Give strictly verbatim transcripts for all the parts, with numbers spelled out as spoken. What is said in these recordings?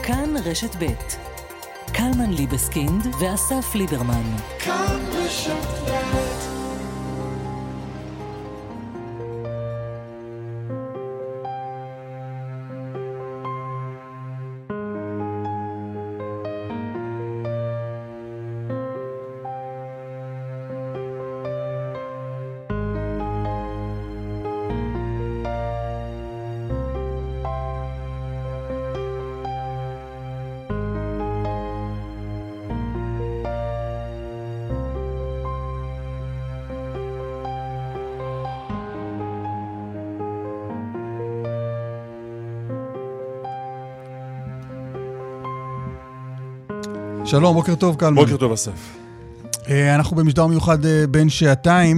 כאן רשת ב' קלמן ליבסקינד ואסף ליברמן. כאן רשת ב'. שלום, בוקר טוב קלמן. בוקר טוב אסף. אנחנו במשדר מיוחד בין שעתיים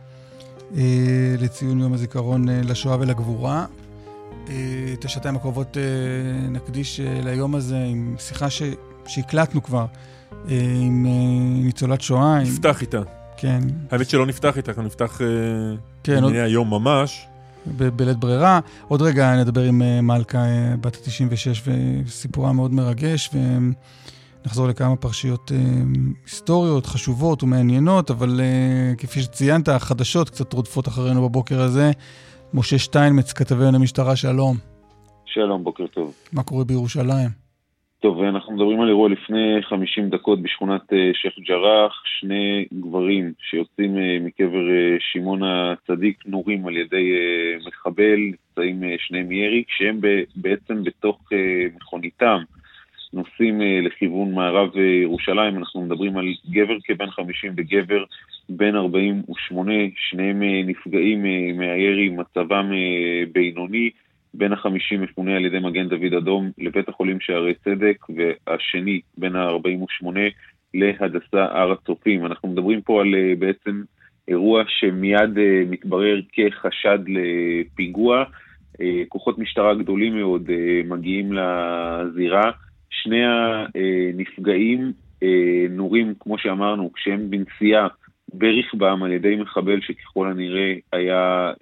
לציון יום הזיכרון לשואה ולגבורה. את השעתיים הקרובות נקדיש ליום הזה עם שיחה שהקלטנו כבר עם ניצולת שואה. נפתח איתה. כן. האמת שלא נפתח איתה, כאן נפתח במיני היום ממש. בלית ברירה. עוד רגע נדבר עם מלכה בת תשעים ושש וסיפורה מאוד מרגש ו... נחזור לכמה פרשיות אה, היסטוריות, חשובות ומעניינות, אבל אה, כפי שציינת, החדשות קצת רודפות אחרינו בבוקר הזה. משה שטיינמץ, כתבנו המשטרה, שלום. שלום, בוקר טוב. מה קורה בירושלים? טוב, אנחנו מדברים על אירוע לפני חמישים דקות בשכונת אה, שייח ג'ראח, שני גברים שיוצאים אה, מקבר אה, שמעון הצדיק נורים על ידי אה, מחבל, נמצאים אה, שניהם ירי, כשהם ב- בעצם בתוך אה, מכוניתם, נוסעים לכיוון מערב ירושלים. אנחנו מדברים על גבר כבן חמישים וגבר בן ארבעים ושמונה, שניהם נפגעים מהירי, מצבם בינוני. בן החמישים מפונה על ידי מגן דוד אדום לבית החולים שערי צדק, והשני בן ה-ארבעים ושמונה להדסה הר הצופים. אנחנו מדברים פה על בעצם אירוע שמיד מתברר כחשד לפיגוע. כוחות משטרה גדולים מאוד מגיעים לזירה. שני הנפגעים נורים, כמו שאמרנו, כשהם בנסיעה ברכבם על ידי מחבל שככל הנראה היה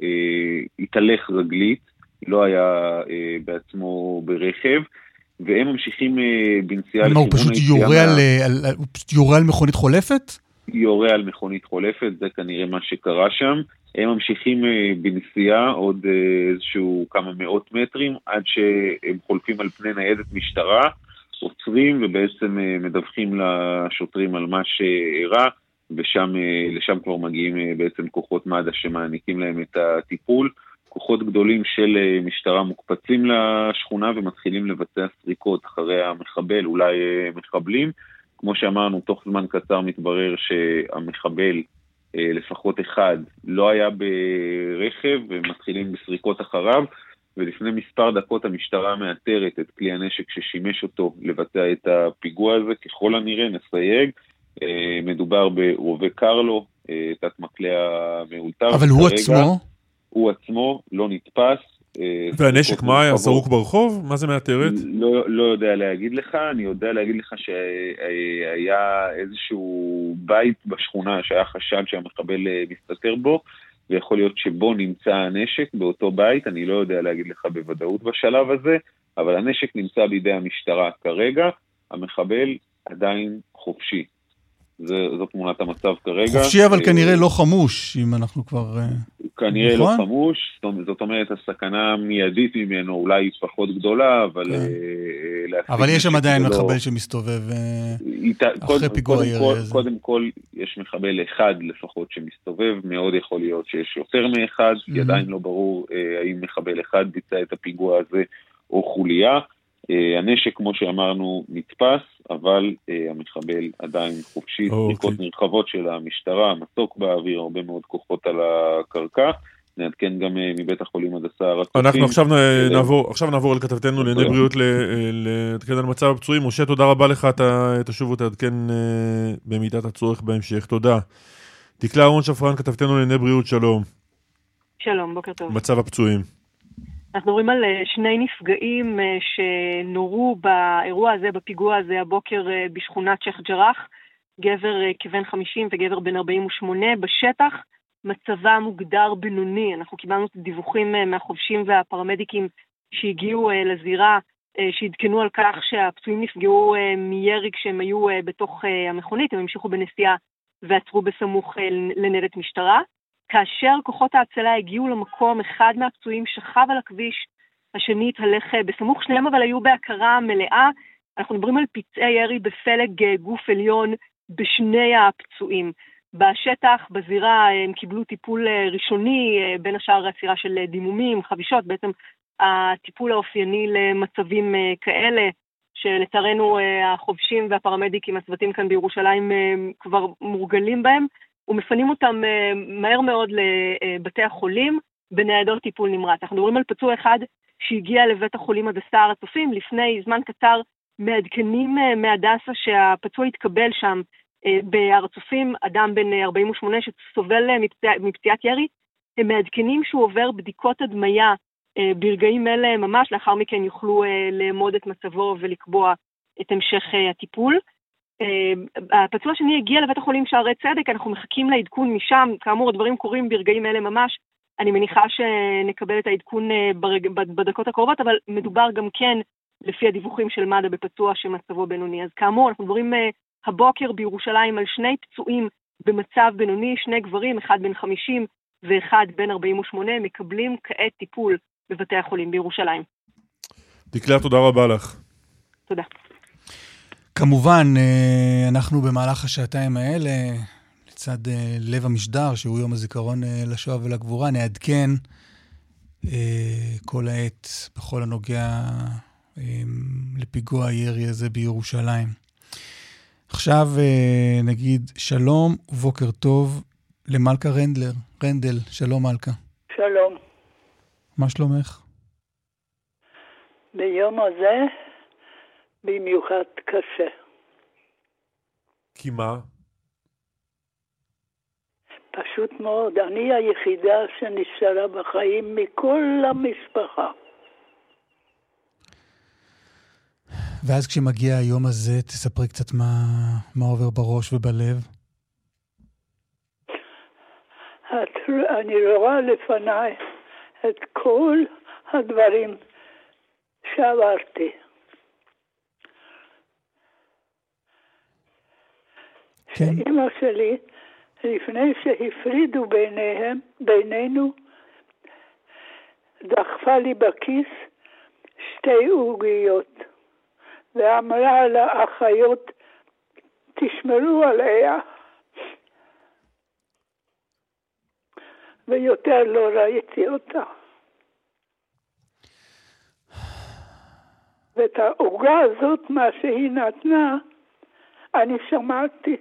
התהלך רגלית, לא היה בעצמו ברכב, והם ממשיכים בנסיעה לכיוון הוא פשוט יורה על, על, הוא פשוט יורה על מכונית חולפת? יורה על מכונית חולפת, זה כנראה מה שקרה שם. הם ממשיכים בנסיעה עוד איזשהו כמה מאות מטרים, עד שהם חולפים על פני ניידת משטרה, עוצרים ובעצם מדווחים לשוטרים על מה שאירע, ושם לשם כבר מגיעים בעצם כוחות מד"א שמעניקים להם את הטיפול. כוחות גדולים של משטרה מוקפצים לשכונה ומתחילים לבצע סריקות אחרי המחבל, אולי מחבלים. כמו שאמרנו, תוך זמן קצר מתברר שהמחבל, לפחות אחד, לא היה ברכב ומתחילים בסריקות אחריו, ולפני מספר דקות המשטרה מאתרת את כלי הנשק ששימש אותו לבצע את הפיגוע הזה. ככל הנראה נסייג, מדובר ברובה קרלו, תת מקלע מאולתר. אבל הוא עצמו? הוא עצמו לא נתפס. והנשק מה היה? זרוק ברחוב? מה זה מאתרת? לא, לא יודע להגיד לך. אני יודע להגיד לך שהיה איזשהו בית בשכונה שהיה חשד שהמחבל מסתתר בו, ויכול להיות שבו נמצא הנשק באותו בית. אני לא יודע להגיד לך בוודאות בשלב הזה, אבל הנשק נמצא בידי המשטרה כרגע. המחבל עדיין חופשי. זו תמונת המצב כרגע. חופשי אבל כנראה לא חמוש, אם אנחנו כבר... כנראה לא חמוש, זאת אומרת הסכנה מיידית ממנו אולי פחות גדולה, אבל... אבל יש שם עדיין מחבל שמסתובב אחרי פיגוע הירי הזה. קודם כל יש מחבל אחד לפחות שמסתובב, מאוד יכול להיות שיש יותר מאחד, כי עדיין לא ברור האם מחבל אחד ביצע את הפיגוע הזה או חוליה. הנשק, כמו שאמרנו, נתפס, אבל המחבל עדיין חופשי. סריקות נרחבות של המשטרה, מסוק באוויר, הרבה מאוד כוחות על הקרקע. נעדכן גם מבית החולים הדסה הר הצופים. אנחנו עכשיו נעבור, עכשיו נעבור על כתבתנו לענייני בריאות לעדכן על מצב הפצועים. משה, תודה רבה לך, אתה תשוב ותעדכן במידת הצורך בהמשך. תודה. דקלה אהרון שפרן, כתבתנו לענייני בריאות, שלום. שלום, בוקר טוב. מצב הפצועים. אנחנו רואים על שני נפגעים שנורו באירוע הזה, בפיגוע הזה, הבוקר בשכונת שייח ג'ראח, גבר כבן חמישים וגבר בן ארבעים ושמונה, בשטח מצבה מוגדר בינוני. אנחנו קיבלנו את הדיווחים מהחובשים והפרמדיקים שהגיעו לזירה, שהתקנו על כך שהפצועים נפגעו מירי כשהם היו בתוך המכונית, הם המשיכו בנסיעה ועצרו בסמוך לניידת משטרה. כאשר כוחות ההצלה הגיעו למקום, אחד מהפצועים שכב על הכביש, השני התהלך בסמוך, שניהם אבל היו בהכרה מלאה. אנחנו מדברים על פצעי ירי בפלג גוף עליון בשני הפצועים. בשטח, בזירה, הם קיבלו טיפול ראשוני, בין השאר עצירה של דימומים, חבישות, בעצם הטיפול האופייני למצבים כאלה, שלצערנו החובשים והפרמדיקים, הצוותים כאן בירושלים כבר מורגלים בהם, ומפנים אותם מהר מאוד לבתי החולים בניידות טיפול נמרץ. אנחנו מדברים על פצוע אחד שהגיע לבית החולים הדסה הר הצופים, לפני זמן קצר מעדכנים מהדסה שהפצוע התקבל שם בהר הצופים, אדם בן ארבעים ושמונה שסובל מפציע, מפציעת ירי, הם מעדכנים שהוא עובר בדיקות הדמיה ברגעים אלה ממש, לאחר מכן יוכלו לעמוד את מצבו ולקבוע את המשך הטיפול. הפצוע השני הגיע לבית החולים שערי צדק, אנחנו מחכים לעדכון משם, כאמור הדברים קורים ברגעים אלה ממש, אני מניחה שנקבל את העדכון בדקות הקרובות, אבל מדובר גם כן לפי הדיווחים של מד"א בפצוע שמצבו בינוני. אז כאמור אנחנו מדברים הבוקר בירושלים על שני פצועים במצב בינוני, שני גברים, אחד בן חמישים ואחד בן ארבעים ושמונה, מקבלים כעת טיפול בבתי החולים בירושלים. דקלה, תודה רבה לך. תודה. כמובן, אנחנו במהלך השעתיים האלה, לצד לב המשדר, שהוא יום הזיכרון לשואה ולגבורה, נעדכן כל העת בכל הנוגע לפיגוע הירי הזה בירושלים. עכשיו נגיד שלום ובוקר טוב למלכה רנדלר. רנדל, שלום מלכה. שלום. מה שלומך? ביום הזה במיוחד קשה. כי מה? פשוט מאוד. אני היחידה שנשארה בחיים מכל המשפחה. ואז כשמגיע היום הזה, תספרי קצת מה, מה עובר בראש ובלב. את, אני רואה לפניי את כל הדברים שעברתי. כן. אמא שלי, לפני שהפרידו ביניהם, בינינו, דחפה לי בכיס שתי עוגיות. ואמרה לאחיות, תשמרו עליה. ויותר לא ראיתי אותה. ואת העוגה הזאת, מה שהיא נתנה, אני שמעתי.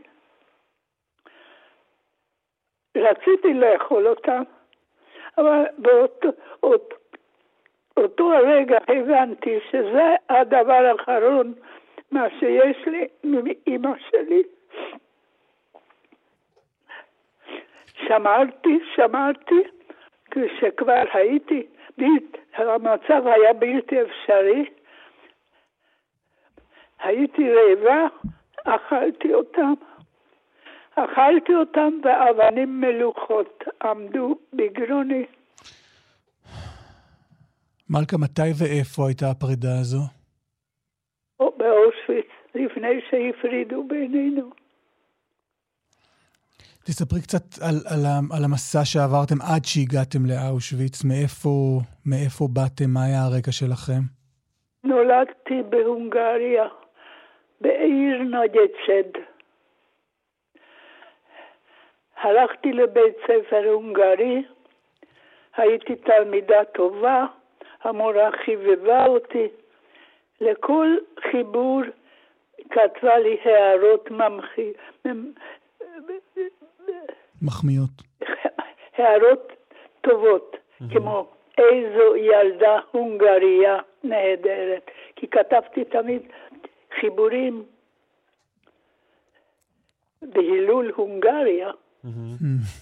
רציתי לאכול אותה, אבל באותו אותו, אותו הרגע הבנתי שזה הדבר האחרון מה שיש לי מאמא שלי. שמרתי, שמרתי, כשכבר הייתי, המצב היה בלתי אפשרי, הייתי רעבה, אכלתי אותם. אכלתי אותם ואבנים מלוכות עמדו בגרוני. מלכה, מתי ואיפה הייתה הפרידה הזו? באושוויץ, לפני שהפרידו בינינו. תספרי קצת על, על, על המסע שעברתם עד שהגעתם לאושוויץ. מאיפה, מאיפה באתם? מה היה הרקע שלכם? נולדתי בהונגריה, בעיר נג'צ'ד. הלכתי לבית ספר הונגרי, הייתי תלמידה טובה, המורה חיבבה אותי. לכל חיבור כתבה לי הערות ממחי... מחמיאות. הערות טובות, mm-hmm. כמו איזו ילדה הונגריה נהדרת. כי כתבתי תמיד חיבורים בהילול הונגריה. Mm-hmm.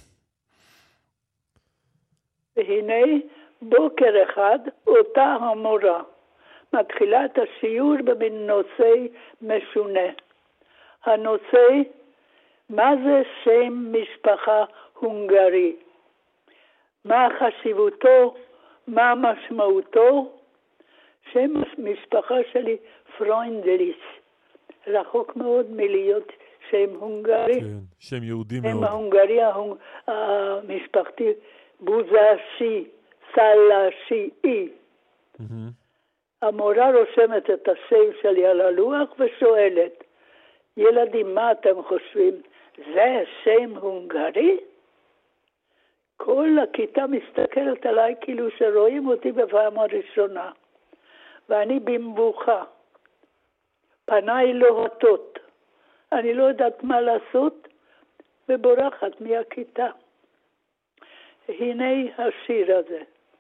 והנה בוקר אחד אותה המורה מתחילה את השיעור במין נושא משונה. הנושא, מה זה שם משפחה הונגרי? מה חשיבותו? מה משמעותו? שם משפחה שלי פרוינדליס, רחוק מאוד מלהיות שם הונגרי. כן, שם יהודי שם מאוד. ההונגרי המשפחתי בוזשי, סלשי, אי. המורה רושמת את השם שלי על הלוח ושואלת, ילדים, מה אתם חושבים? זה שם הונגרי? כל הכיתה מסתכלת עליי כאילו שרואים אותי בפעם הראשונה. ואני במבוכה. פניי לוהטות. אני לא יודעת מה לעשות, ובורחת מהכיתה. הנה השיר הזה.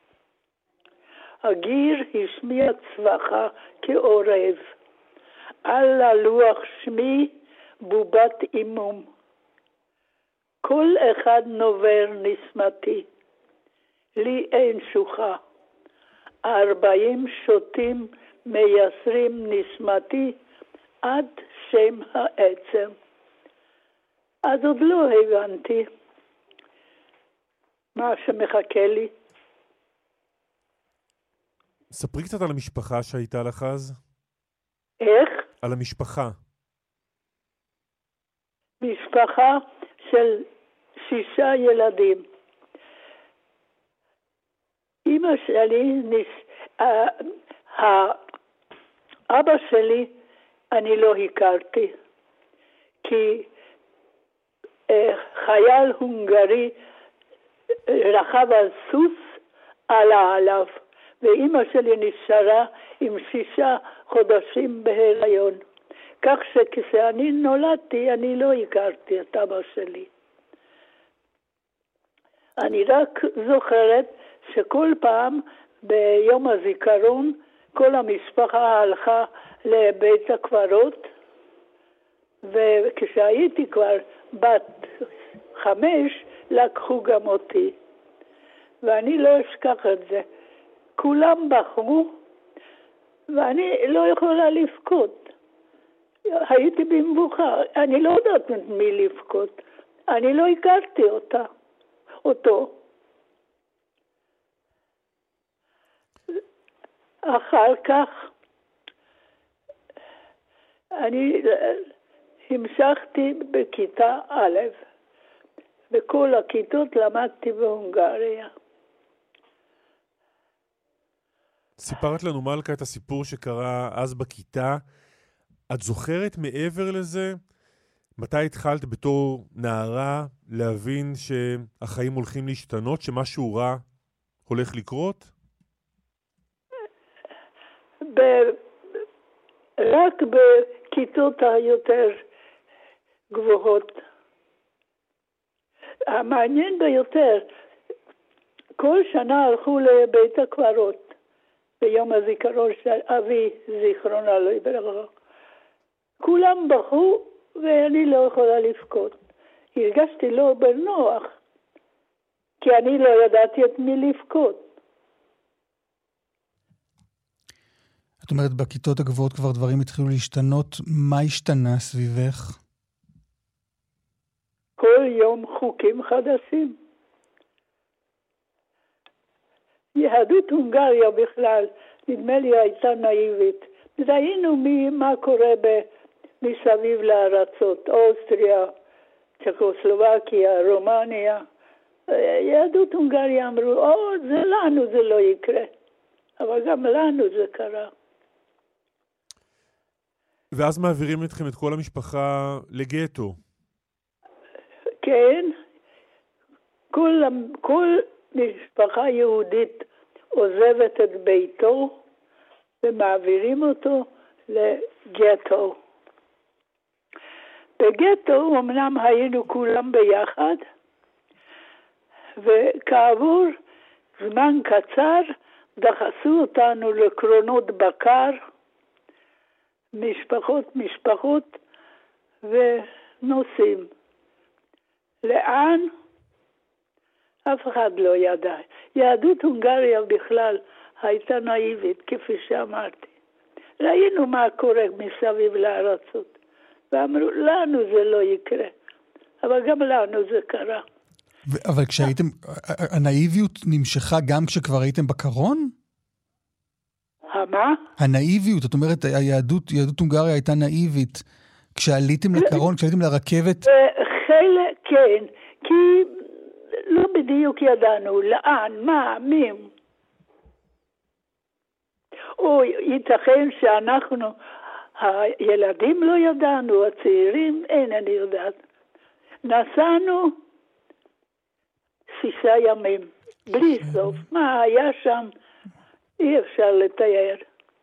הגיר השמיע צווחה כעורב. על הלוח שמי בובת אימום. כל אחד נובר נשמתי. לי אין שוחה. ארבעים שוטים מייסרים נשמתי עד שם העצם. אז עוד לא הבנתי מה שמחכה לי. ספרי קצת על המשפחה שהייתה לך אז. איך? על המשפחה. משפחה של שישה ילדים. אמא שלי, ניס... האבא שלי, אני לא הכרתי, כי חייל הונגרי רכב על סוס, עלה עליו, ואמא שלי נשארה עם שישה חודשים בהיריון. כך שכשאני נולדתי, אני לא הכרתי את אבא שלי. אני רק זוכרת שכל פעם ביום הזיכרון, כל המשפחה הלכה לבית הקברות, וכשהייתי כבר בת חמש, לקחו גם אותי. ואני לא אשכח את זה. כולם בחרו, ואני לא יכולה לבכות. הייתי במבוכה, אני לא יודעת מי לבכות. אני לא הכרתי אותה, אותו. אחר כך אני המשכתי בכיתה א', בכל הכיתות למדתי בהונגריה. סיפרת לנו מלכה את הסיפור שקרה אז בכיתה. את זוכרת מעבר לזה? מתי התחלת בתור נערה להבין שהחיים הולכים להשתנות, שמשהו רע הולך לקרות? ב- רק בכיתות היותר גבוהות. המעניין ביותר, כל שנה הלכו לבית הקברות, ביום הזיכרון של אבי זיכרונה לא יברכה. כולם בכו ואני לא יכולה לבכות. הרגשתי לא בנוח, כי אני לא ידעתי את מי לבכות. את אומרת, בכיתות הגבוהות כבר דברים התחילו להשתנות. מה השתנה סביבך? כל יום חוקים חדשים. יהדות הונגריה בכלל, נדמה לי הייתה נאיבית. ראינו מי, מה קורה ב, מסביב לארצות, אוסטריה, צ'קוסלובקיה, רומניה. יהדות הונגריה אמרו, או, זה לנו זה לא יקרה. אבל גם לנו זה קרה. ואז מעבירים אתכם את כל המשפחה לגטו. כן. כל, כל משפחה יהודית עוזבת את ביתו ומעבירים אותו לגטו. בגטו אמנם היינו כולם ביחד, וכעבור זמן קצר דחסו אותנו לקרונות בקר, משפחות משפחות ונוסעים. לאן? אף אחד לא ידע. יהדות הונגריה בכלל הייתה נאיבית, כפי שאמרתי. ראינו מה קורה מסביב לארצות, ואמרו, לנו זה לא יקרה, אבל גם לנו זה קרה. ו- אבל כשהייתם, הנאיביות נמשכה גם כשכבר הייתם בקרון? מה? הנאיביות, את אומרת, היהדות, יהדות הונגריה הייתה נאיבית. כשעליתם לקרון, כשעליתם לרכבת? חלק, כן, כי לא בדיוק ידענו לאן, מה, מי. או ייתכן שאנחנו, הילדים לא ידענו, הצעירים, אין אני יודעת. נסענו שישה ימים, בלי סוף. מה היה שם? אי אפשר לתאר.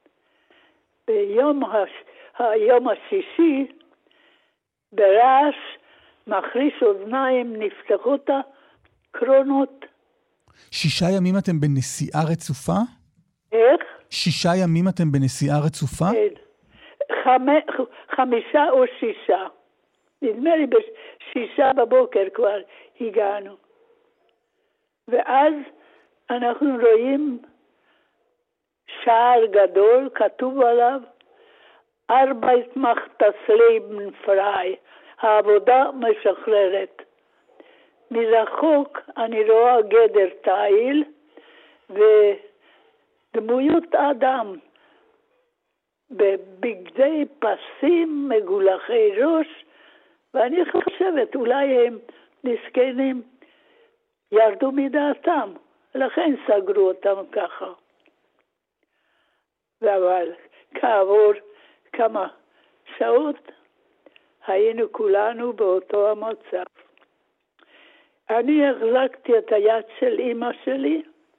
ביום הש... היום השישי, ברעש, מחריש אוזניים, נפתחו את הקרונות. שישה ימים אתם בנסיעה רצופה? איך? שישה ימים אתם בנסיעה רצופה? כן. חמ... חמישה או שישה. נדמה לי בשישה בבוקר כבר הגענו. ואז אנחנו רואים שער גדול, כתוב עליו, Arbeit macht das Leben frei. העבודה משחררת. מרחוק אני רואה גדר תיל ודמויות אדם בבגדי פסים מגולחי ראש, ואני חושבת אולי הם מסכנים ירדו מדעתם, לכן סגרו אותם ככה. אבל כעבור כמה שעות היינו כולנו באותו המצב. אני החזקתי את היד של אמא שלי.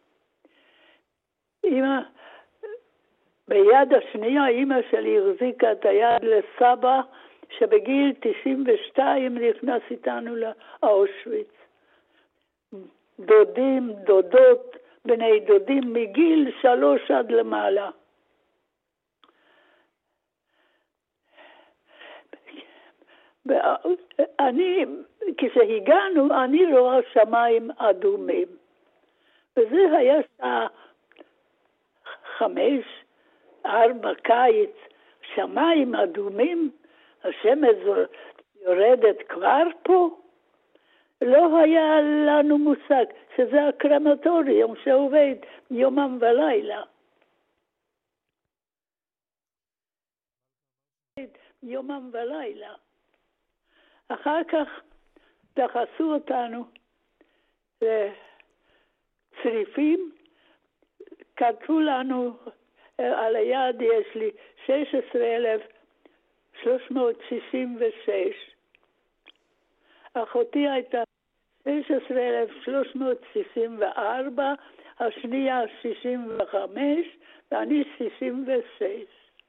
אמא, ביד השנייה אמא שלי החזיקה את היד לסבא, שבגיל תשעים ושתיים נכנס איתנו לאושוויץ. דודים, דודות, בני דודים מגיל שלוש עד למעלה. אני, כשהגענו, אני רואה שמיים אדומים. וזה היה שעה חמש, ארבע קיץ, שמיים אדומים, השמש יורדת כבר פה. לא היה לנו מושג שזה הקרמטוריום שעובד יומם ולילה. יומם ולילה. אחר כך דחסו אותנו לצריפים, כתבו לנו על היד, יש לי שש עשרה אלף שלוש מאות שישים ושש. אחותי הייתה שש עשרה אלף שלוש מאות שישים וארבע, השנייה שישים וחמש, ואני שישים ושש.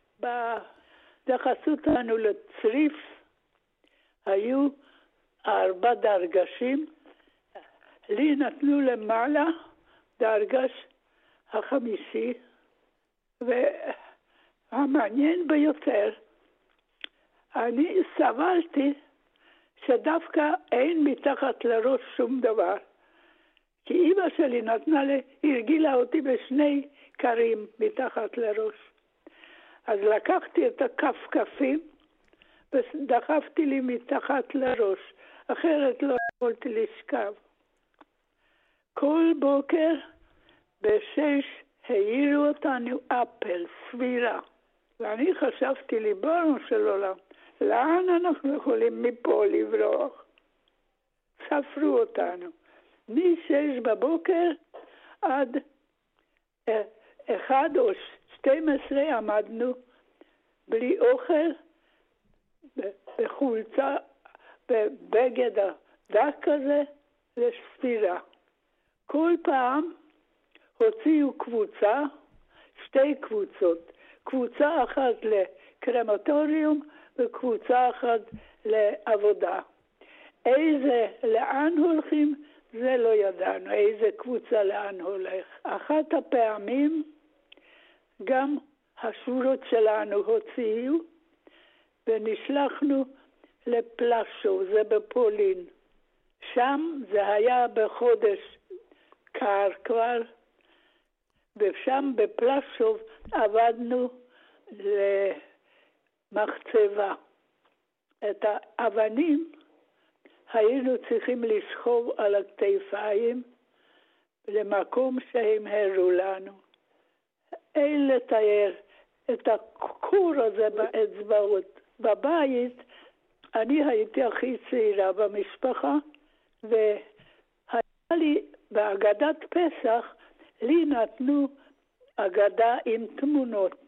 דחסו אותנו לצריף, היו ארבע דרגשים, לי נתנו למעלה דרגש החמישי, והמעניין ביותר, אני סבלתי שדווקא אין מתחת לראש שום דבר. כי אמא שלי נתנה לי, הרגילה אותי בשני קרים מתחת לראש. אז לקחתי את הכפכפים, ודחפתי לי מתחת לראש, אחרת לא יכולתי לשכב. כל בוקר בשש העירו אותנו אפל, סבירה. ואני חשבתי ליבונו של עולם, לאן אנחנו יכולים מפה לברוח? ספרו אותנו. משש בבוקר עד אחד או שתים עשרה עמדנו בלי אוכל, בחולצה, בבגד הדק כזה, לספירה. כל פעם הוציאו קבוצה, שתי קבוצות. קבוצה אחת לקרמטוריום וקבוצה אחת לעבודה. איזה, לאן הולכים? זה לא ידענו. איזה קבוצה לאן הולך. אחת הפעמים גם השורות שלנו הוציאו, ונשלחנו לפלשו, זה בפולין. שם זה היה בחודש קר כבר, ושם בפלשו עבדנו למחצבה. את האבנים היינו צריכים לסחוב על הכתפיים למקום שהם הראו לנו. אין לתאר את הכור הזה באצבעות. בבית אני הייתי הכי צעירה במשפחה, והיה לי בהגדת פסח, לי נתנו אגדה עם תמונות,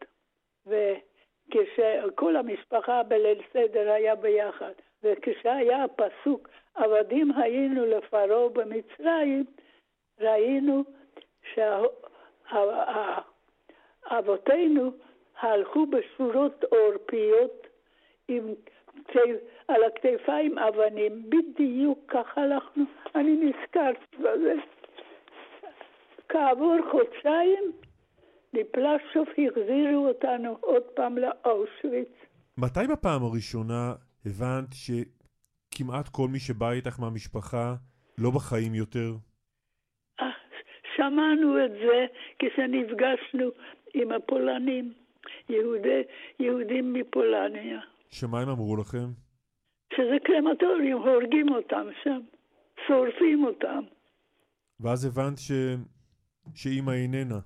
וכשכל המשפחה בליל סדר היה ביחד, וכשהיה הפסוק עבדים היינו לפרעה במצרים, ראינו שאבותינו הלכו בשורות עורפיות עם על הכתפיים אבנים, בדיוק ככה הלכנו. אני נזכרתי בזה. כעבור חודשיים לפלשוב החזירו אותנו עוד פעם לאושוויץ. מתי בפעם הראשונה הבנת שכמעט כל מי שבא איתך מהמשפחה לא בחיים יותר? שמענו את זה כשנפגשנו עם הפולנים, יהודי, יהודים מפולניה. שמה הם אמרו לכם? שזה קרמטוריום, הורגים אותם שם, שורפים אותם. ואז הבנת ש... שאמא איננה.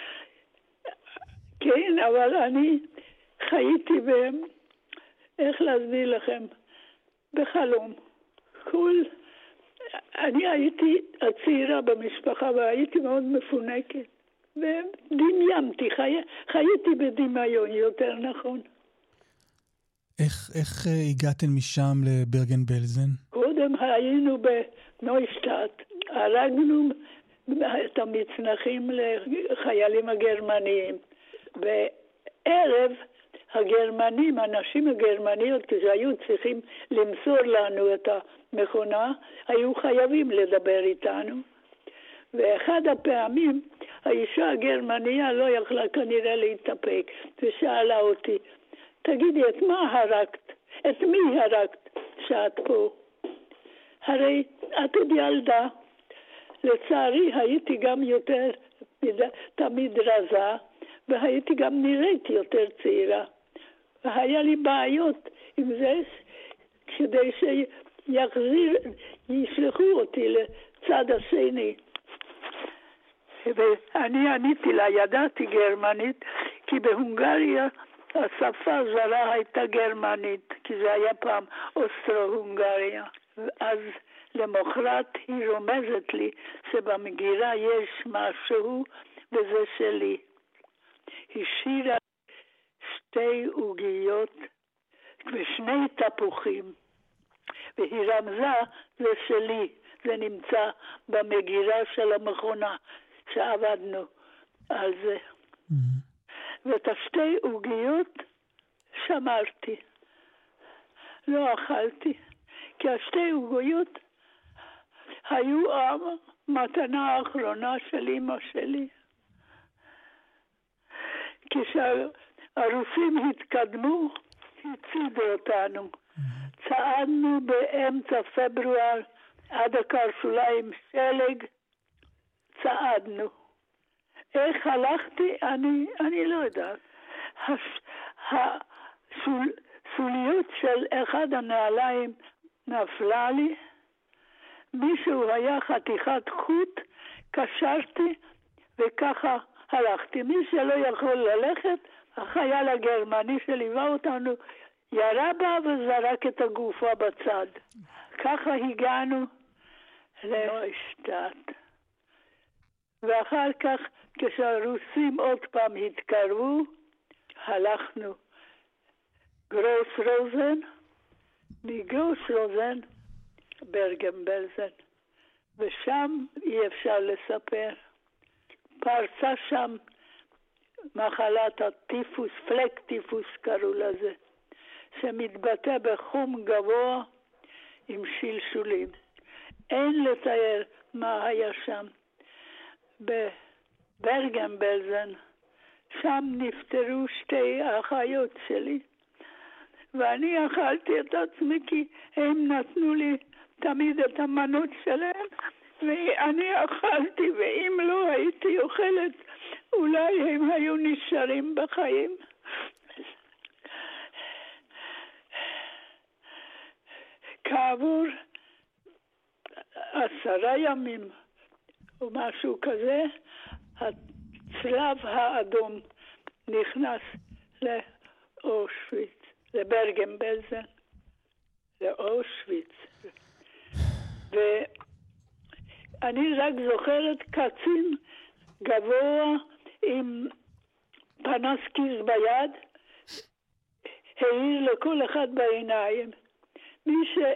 כן, אבל אני חייתי בהם, איך להסביר לכם, בחלום. כל... אני הייתי הצעירה במשפחה והייתי מאוד מפונקת. ודמיינתי, חי... חייתי בדמיון, יותר נכון. איך, איך הגעתם משם לברגן בלזן? קודם היינו בנוישטאט, הרגנו את המצנחים לחיילים הגרמניים. בערב הגרמנים, הנשים הגרמניות, כשהיו צריכים למסור לנו את המכונה, היו חייבים לדבר איתנו. ואחד הפעמים האישה הגרמניה לא יכלה כנראה להתאפק, ושאלה אותי, תגידי, את מה הרגת? את מי הרגת שאת פה? הרי את עוד ילדה. לצערי הייתי גם יותר תמיד רזה, והייתי גם נראית יותר צעירה. והיה לי בעיות עם זה, כדי שיחזיר, ישלחו אותי לצד השני. ואני עניתי לה, ידעתי גרמנית, כי בהונגריה השפה זרה הייתה גרמנית, כי זה היה פעם אוסטרו-הונגריה. אז למחרת היא רומזת לי שבמגירה יש משהו וזה שלי. השאירה שתי עוגיות ושני תפוחים, והיא רמזה זה שלי, זה נמצא במגירה של המכונה שעבדנו על זה. Mm-hmm. ואת השתי עוגיות שמרתי, לא אכלתי, כי השתי עוגיות היו המתנה האחרונה של אמא שלי. כשהרוסים התקדמו, הצידו אותנו. צעדנו באמצע פברואר עד הקרסוליים שלג, צעדנו. איך הלכתי? אני, אני לא יודעת. הסוליות של אחד הנעליים נפלה לי, מישהו היה חתיכת חוט, קשרתי וככה הלכתי. מי שלא יכול ללכת, החייל הגרמני שליווה אותנו, ירה בה וזרק את הגופה בצד. ככה הגענו לנוישטאט. ואחר כך, כשהרוסים עוד פעם התקרבו, הלכנו גרוס רוזן, מגרוס רוזן, ברגן בלזן. ושם אי אפשר לספר. פרצה שם מחלת הטיפוס, פלק טיפוס קראו לזה, שמתבטא בחום גבוה עם שלשולים. אין לתאר מה היה שם. בברגן בלזן, שם נפטרו שתי האחיות שלי, ואני אכלתי את עצמי כי הם נתנו לי תמיד את המנות שלהם, ואני אכלתי, ואם לא הייתי אוכלת, אולי הם היו נשארים בחיים. כעבור עשרה ימים או משהו כזה, הצלב האדום נכנס לאושוויץ, לברגן-בלזן, לאושוויץ. ואני רק זוכרת קצין גבוה עם פנס קיס ביד, העיר לכל אחד בעיניים. מי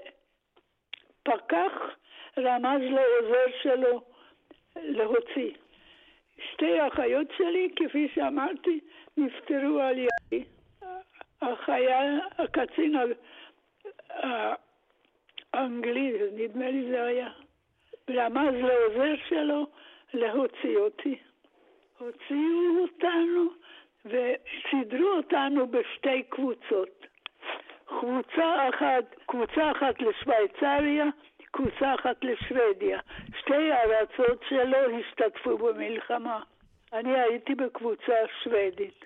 שפקח רמז לעוזר שלו להוציא. שתי האחיות שלי, כפי שאמרתי, נפטרו על ידי. החייל, הקצין האנגלי, נדמה לי זה היה, רמז לעוזר שלו להוציא אותי. הוציאו אותנו וסידרו אותנו בשתי קבוצות. קבוצה אחת, קבוצה אחת לשוויצריה, קבוצה אחת לשוודיה. שתי הארצות שלא השתתפו במלחמה. אני הייתי בקבוצה השוודית.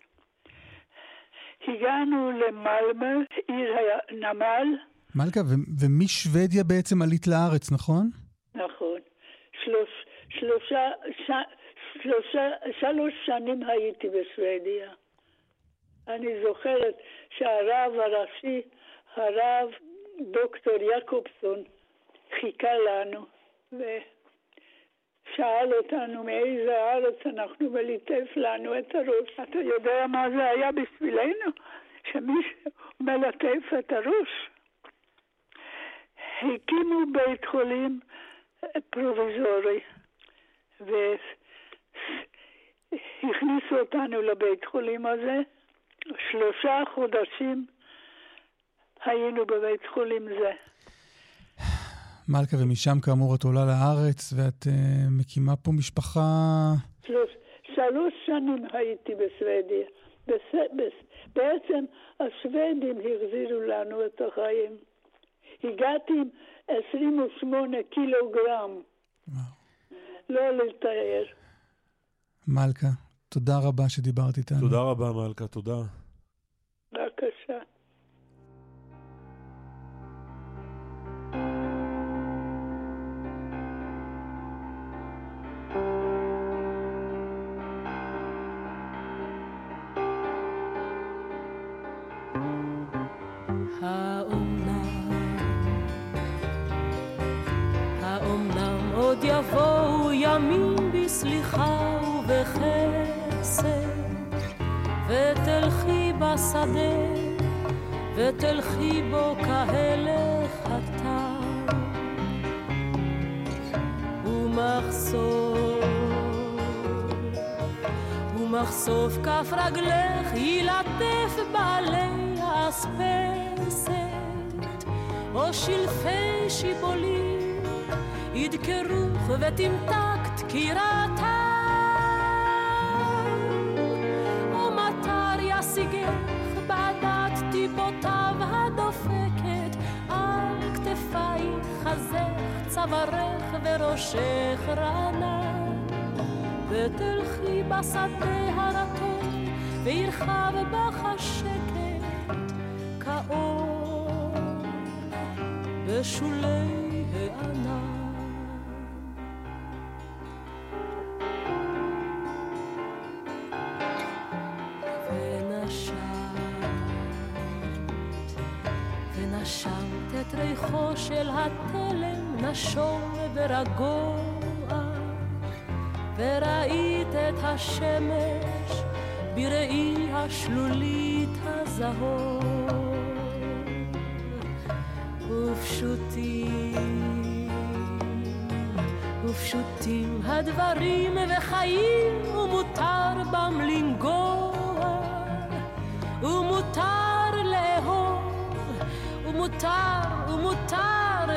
הגענו למלמה, עיר הנמל. מלכה, ו- ומשוודיה בעצם עלית לארץ, נכון? נכון. שלוש, שלושה, ש, שלושה, שלוש שנים הייתי בשוודיה. אני זוכרת שהרב הראשי, הרב דוקטור יקובסון, חיכה לנו ושאל אותנו מאיזה הארץ אנחנו, וליטף לנו את הראש. אתה יודע מה זה היה בשבילנו? שמישהו מלטף את הראש. הקימו בית חולים פרוביזורי והכניסו אותנו לבית חולים הזה. שלושה חודשים היינו בבית חולים זה. מלכה, ומשם כאמור את עולה לארץ ואת uh, מקימה פה משפחה... שלוש, שלוש שנים הייתי בסוודיה. בס, בס, בעצם השוודים החזירו לנו את החיים. הגעתי עם עשרים ושמונה קילוגרם. וואו. לא לתאר. מלכה, תודה רבה שדיברת איתנו. תודה רבה מלכה, תודה. בבקשה. האומנם עוד יבואו ימים בסליחה ובחסד, ותלכי בשדה ותלכי בו כהלך הטל, ומחשוף ומחשוף כף רגלך ילטף בעלי האספסת, או שלפי שיבולים ידקרוך ותמתק דקירתה, או מטר ישיגך בעדת טיפותיו הדופקת על כתפייך, חזך, צווארך וראשך רענן, ותלכי בשדה הרטון וירחב בך השקט כאור בשולי הענן. ונשמת את ריחו של התלם נשום ורגוע, וראית את השמש בראי השלולית הזהוב, ופשוטים ופשוטים הדברים וחיים, ומותר בם לנגוע, ומותר לאהוב, ומותר ומותר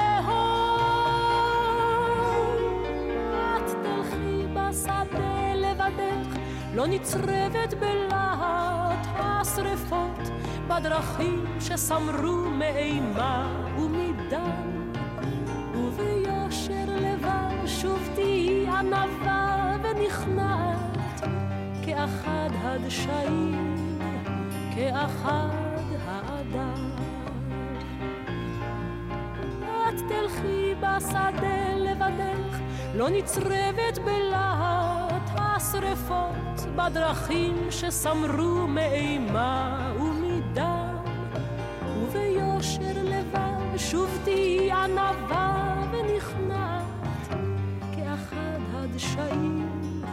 לאהוב. את תלכי בשדה לבדך, לא נצרבת בלהט השרפות, בדרכים שסמרו מאימה ומדם, וביושר לבן שוב תהי ענווה ונכנעת, כאחד הדשאים, כאחד האדם. את תלכי בשדה לבדך, לא נצרבת בלהט השרפות בדרכים שסמרו מאימה ומדם, וביושר לבב שוב תהי ענבה ונכנעת, כאחד הדשאים,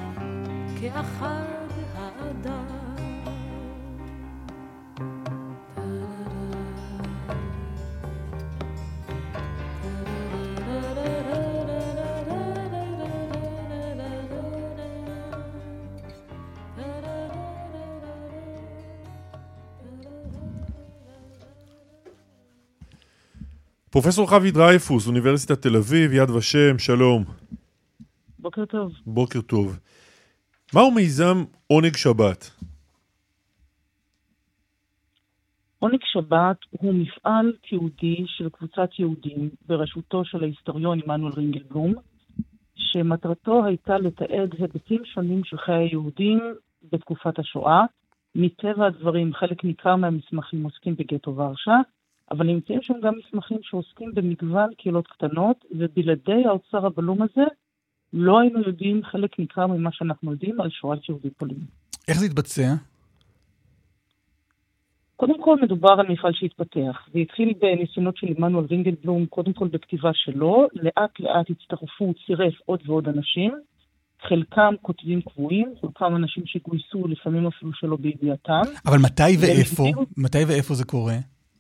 כאחד האדם. פרופסור חבי דרייפוס, אוניברסיטת תל אביב, יד ושם, שלום. בוקר טוב. בוקר טוב. מהו מיזם עונג שבת? עונג שבת הוא מפעל תיעודי של קבוצת יהודים בראשותו של ההיסטוריון עמנואל רינגלבלום, שמטרתו הייתה לתעד היבטים שונים של חיי היהודים בתקופת השואה. מטבע הדברים חלק ניכר מהמסמכים עוסקים בגטו ורשה, אבל נמצאים שם גם מסמכים שעוסקים במגוון קהילות קטנות, ובלעדי האוצר הבלום הזה לא היינו יודעים חלק ניכר ממה שאנחנו יודעים על שואת יהודי פולין. איך זה התבצע? קודם כל מדובר על מפעל שהתפתח. זה התחיל בניסיונות של עמנואל רינגלבלום, קודם כל בכתיבה שלו, לאט לאט הצטרפו, צירף עוד ועוד אנשים, חלקם כותבים קבועים, חלקם אנשים שגויסו לפעמים אפילו שלא בידיעתם. אבל מתי ואיפה? מתי ואיפה זה קורה?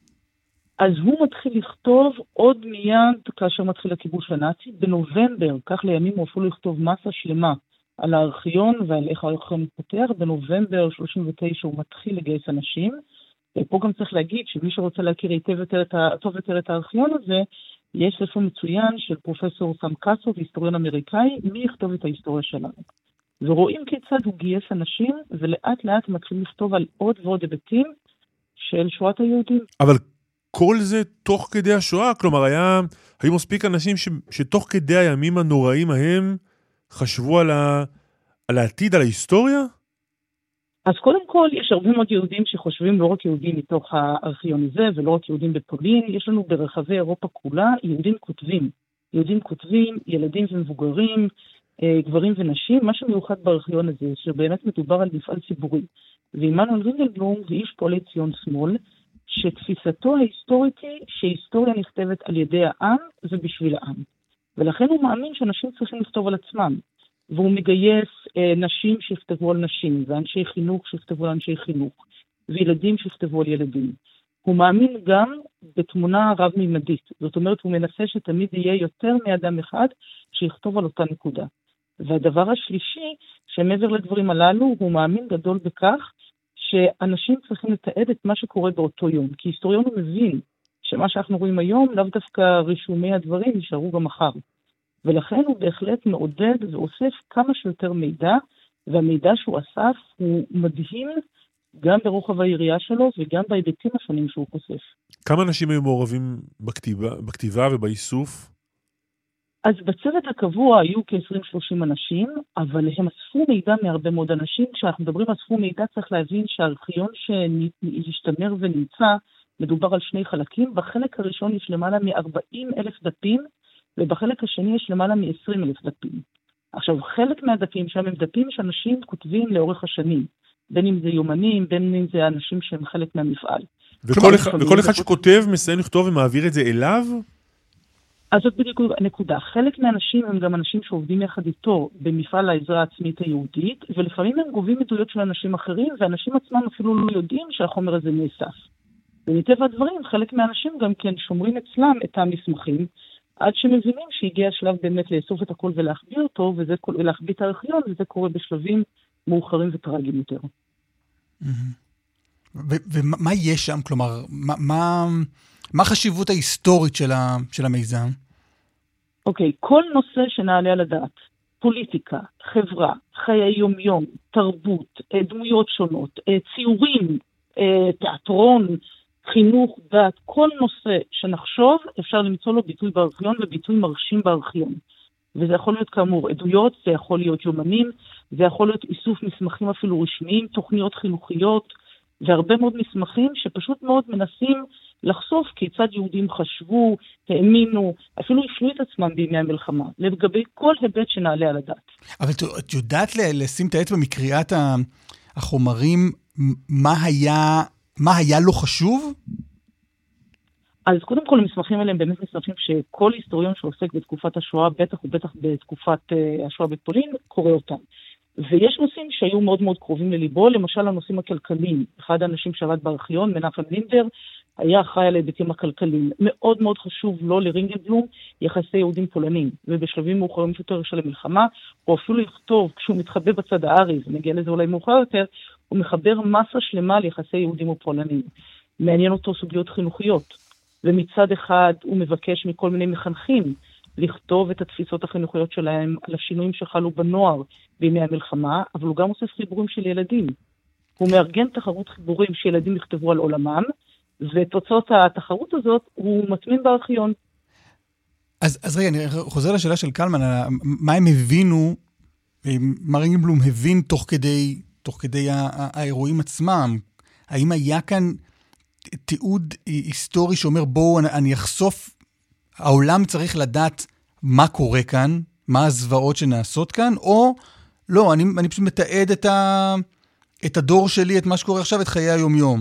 אז הוא מתחיל לכתוב עוד מיד כאשר מתחיל הכיבוש הנאצי. בנובמבר, כך לימים הוא אפילו לכתוב מסה שלמה על הארכיון ועל איך הארכיון מתפתח. בנובמבר שלושים ותשע הוא מתחיל לגייס אנשים. ופה גם צריך להגיד שמי שרוצה להכיר היטב יותר את ה... טוב יותר את הארכיון הזה, יש ספר מצוין של פרופסור סם קאסו, היסטוריון אמריקאי, מי יכתוב את ההיסטוריה שלנו. ורואים כיצד הוא גייס אנשים, ולאט לאט מתחיל לכתוב על עוד ועוד היבטים של שואת היהודים. אבל כל זה תוך כדי השואה, כלומר, היה, היו מספיק אנשים ש, שתוך כדי הימים הנוראים ההם חשבו על, ה, על העתיד, על ההיסטוריה? אז קודם כל, יש הרבה מאוד יהודים שחושבים לא רק יהודים מתוך הארכיון הזה, ולא רק יהודים בפולין, יש לנו ברחבי אירופה כולה, יהודים כותבים. יהודים כותבים, ילדים ומבוגרים, גברים ונשים. מה שמיוחד בארכיון הזה, שבאמת מדובר על מפעל ציבורי. ועמנואל רינגלבלום זה איש פועלי ציון שמאל, שתפיסתו ההיסטורית היא שהיסטוריה נכתבת על ידי העם ובשביל העם. ולכן הוא מאמין שאנשים צריכים לכתוב על עצמם. והוא מגייס אה, נשים שיכתבו על נשים, ואנשי חינוך שיכתבו על אנשי חינוך, וילדים שיכתבו על ילדים. הוא מאמין גם בתמונה רב-מימדית. זאת אומרת, הוא מנסה שתמיד יהיה יותר מאדם אחד שיכתוב על אותה נקודה. והדבר השלישי, שמעבר לדברים הללו, הוא מאמין גדול בכך, שאנשים צריכים לתעד את מה שקורה באותו יום, כי היסטוריון הוא מבין שמה שאנחנו רואים היום, לאו דווקא רישומי הדברים יישארו גם מחר. ולכן הוא בהחלט מעודד ואוסף כמה שיותר מידע, והמידע שהוא אסף הוא מדהים גם ברוחב העירייה שלו וגם בהיבטים השונים שהוא חושף. כמה אנשים היו מעורבים בכתיבה, בכתיבה ובאיסוף? אז בצוות הקבוע היו כ-עשרים שלושים אנשים, אבל הם אספו מידע מהרבה מאוד אנשים. כשאנחנו מדברים על אספו מידע, צריך להבין שהארכיון שהשתמר ונמצא, מדובר על שני חלקים. בחלק הראשון יש למעלה מ-ארבעים אלף דפים, ובחלק השני יש למעלה מ-עשרים אלף דפים. עכשיו, חלק מהדפים שם הם דפים שאנשים כותבים לאורך השנים, בין אם זה יומנים, בין אם זה אנשים שהם חלק מהמפעל. וכל, אחד, וכל אחד שכותב, מסיים לכתוב ומעביר את זה אליו? אז זאת בדיוק הנקודה. חלק מהאנשים הם גם אנשים שעובדים יחד איתו במפעל העזרה העצמית היהודית, ולפעמים הם גובים עדויות של אנשים אחרים, ואנשים עצמם אפילו לא יודעים שהחומר הזה נאסף. ומטבע הדברים, חלק מהאנשים גם כן שומרים אצלם את המסמכים, עד שמבינים שהגיע השלב באמת לאסוף את הכל ולהחביא אותו, וזה, ולהחביא את הארכיון, וזה קורה בשלבים מאוחרים וטרגיים יותר. ומה יש שם? כלומר, מה החשיבות ההיסטורית של המיזם? אוקיי, כל נושא שנעלה על הדעת, פוליטיקה, חברה, חיי יום-יום, תרבות, דמויות שונות, ציורים, תיאטרון, חינוך, דת, כל נושא שנחשוב, אפשר למצוא לו ביטוי בארכיון וביטוי מרשים בארכיון. וזה יכול להיות כאמור עדויות, זה יכול להיות יומנים, זה יכול להיות איסוף מסמכים אפילו רשמיים, תוכניות חינוכיות, והרבה מאוד מסמכים שפשוט מאוד מנסים לחשוף כיצד יהודים חשבו, האמינו, אפילו הפלו את עצמם בימי המלחמה, לגבי כל היבט שנעלה על הדעת. אבל את יודעת לשים את האצבע מקריאת החומרים, מה היה, מה היה לו חשוב? אז קודם כל, המסמכים האלה הם באמת מסמכים שכל היסטוריון שעוסק בתקופת השואה, בטח ובטח בתקופת השואה בפולין, קורא אותם. ויש נושאים שהיו מאוד מאוד קרובים לליבו, למשל הנושאים הכלכליים. אחד האנשים שעבד בארכיון, מנחם לינדר, היה אחראי על ההיבטים הכלכליים. מאוד מאוד חשוב לו לרינגלבלום יחסי יהודים פולנים, ובשלבים מאוחרים יותר של המלחמה, או אפילו לכתוב, כשהוא מתחבא בצד הארי, ונגיע לזה אולי מאוחר יותר, הוא מחבר מסה שלמה ליחסי יהודים ופולנים. מעניין אותו סוגיות חינוכיות, ומצד אחד הוא מבקש מכל מיני מחנכים, לכתוב את התפיסות החינוכיות שלהם על השינויים שחלו בנוער בימי המלחמה, אבל הוא גם אוסף חיבורים של ילדים. הוא מארגן תחרות חיבורים שילדים יכתבו על עולמם, ותוצאות התחרות הזאת הוא מטמין בארכיון. אז, אז רגע, אני חוזר לשאלה של קלמן, מה הם הבינו, מה רינגלבלום הבין תוך כדי, תוך כדי האירועים עצמם? האם היה כאן תיעוד היסטורי שאומר, בואו אני אחשוף, העולם צריך לדעת מה קורה כאן, מה הזוועות שנעשות כאן, או לא, אני, אני פשוט מתעד את, ה, את הדור שלי, את מה שקורה עכשיו, את חיי היום-יום.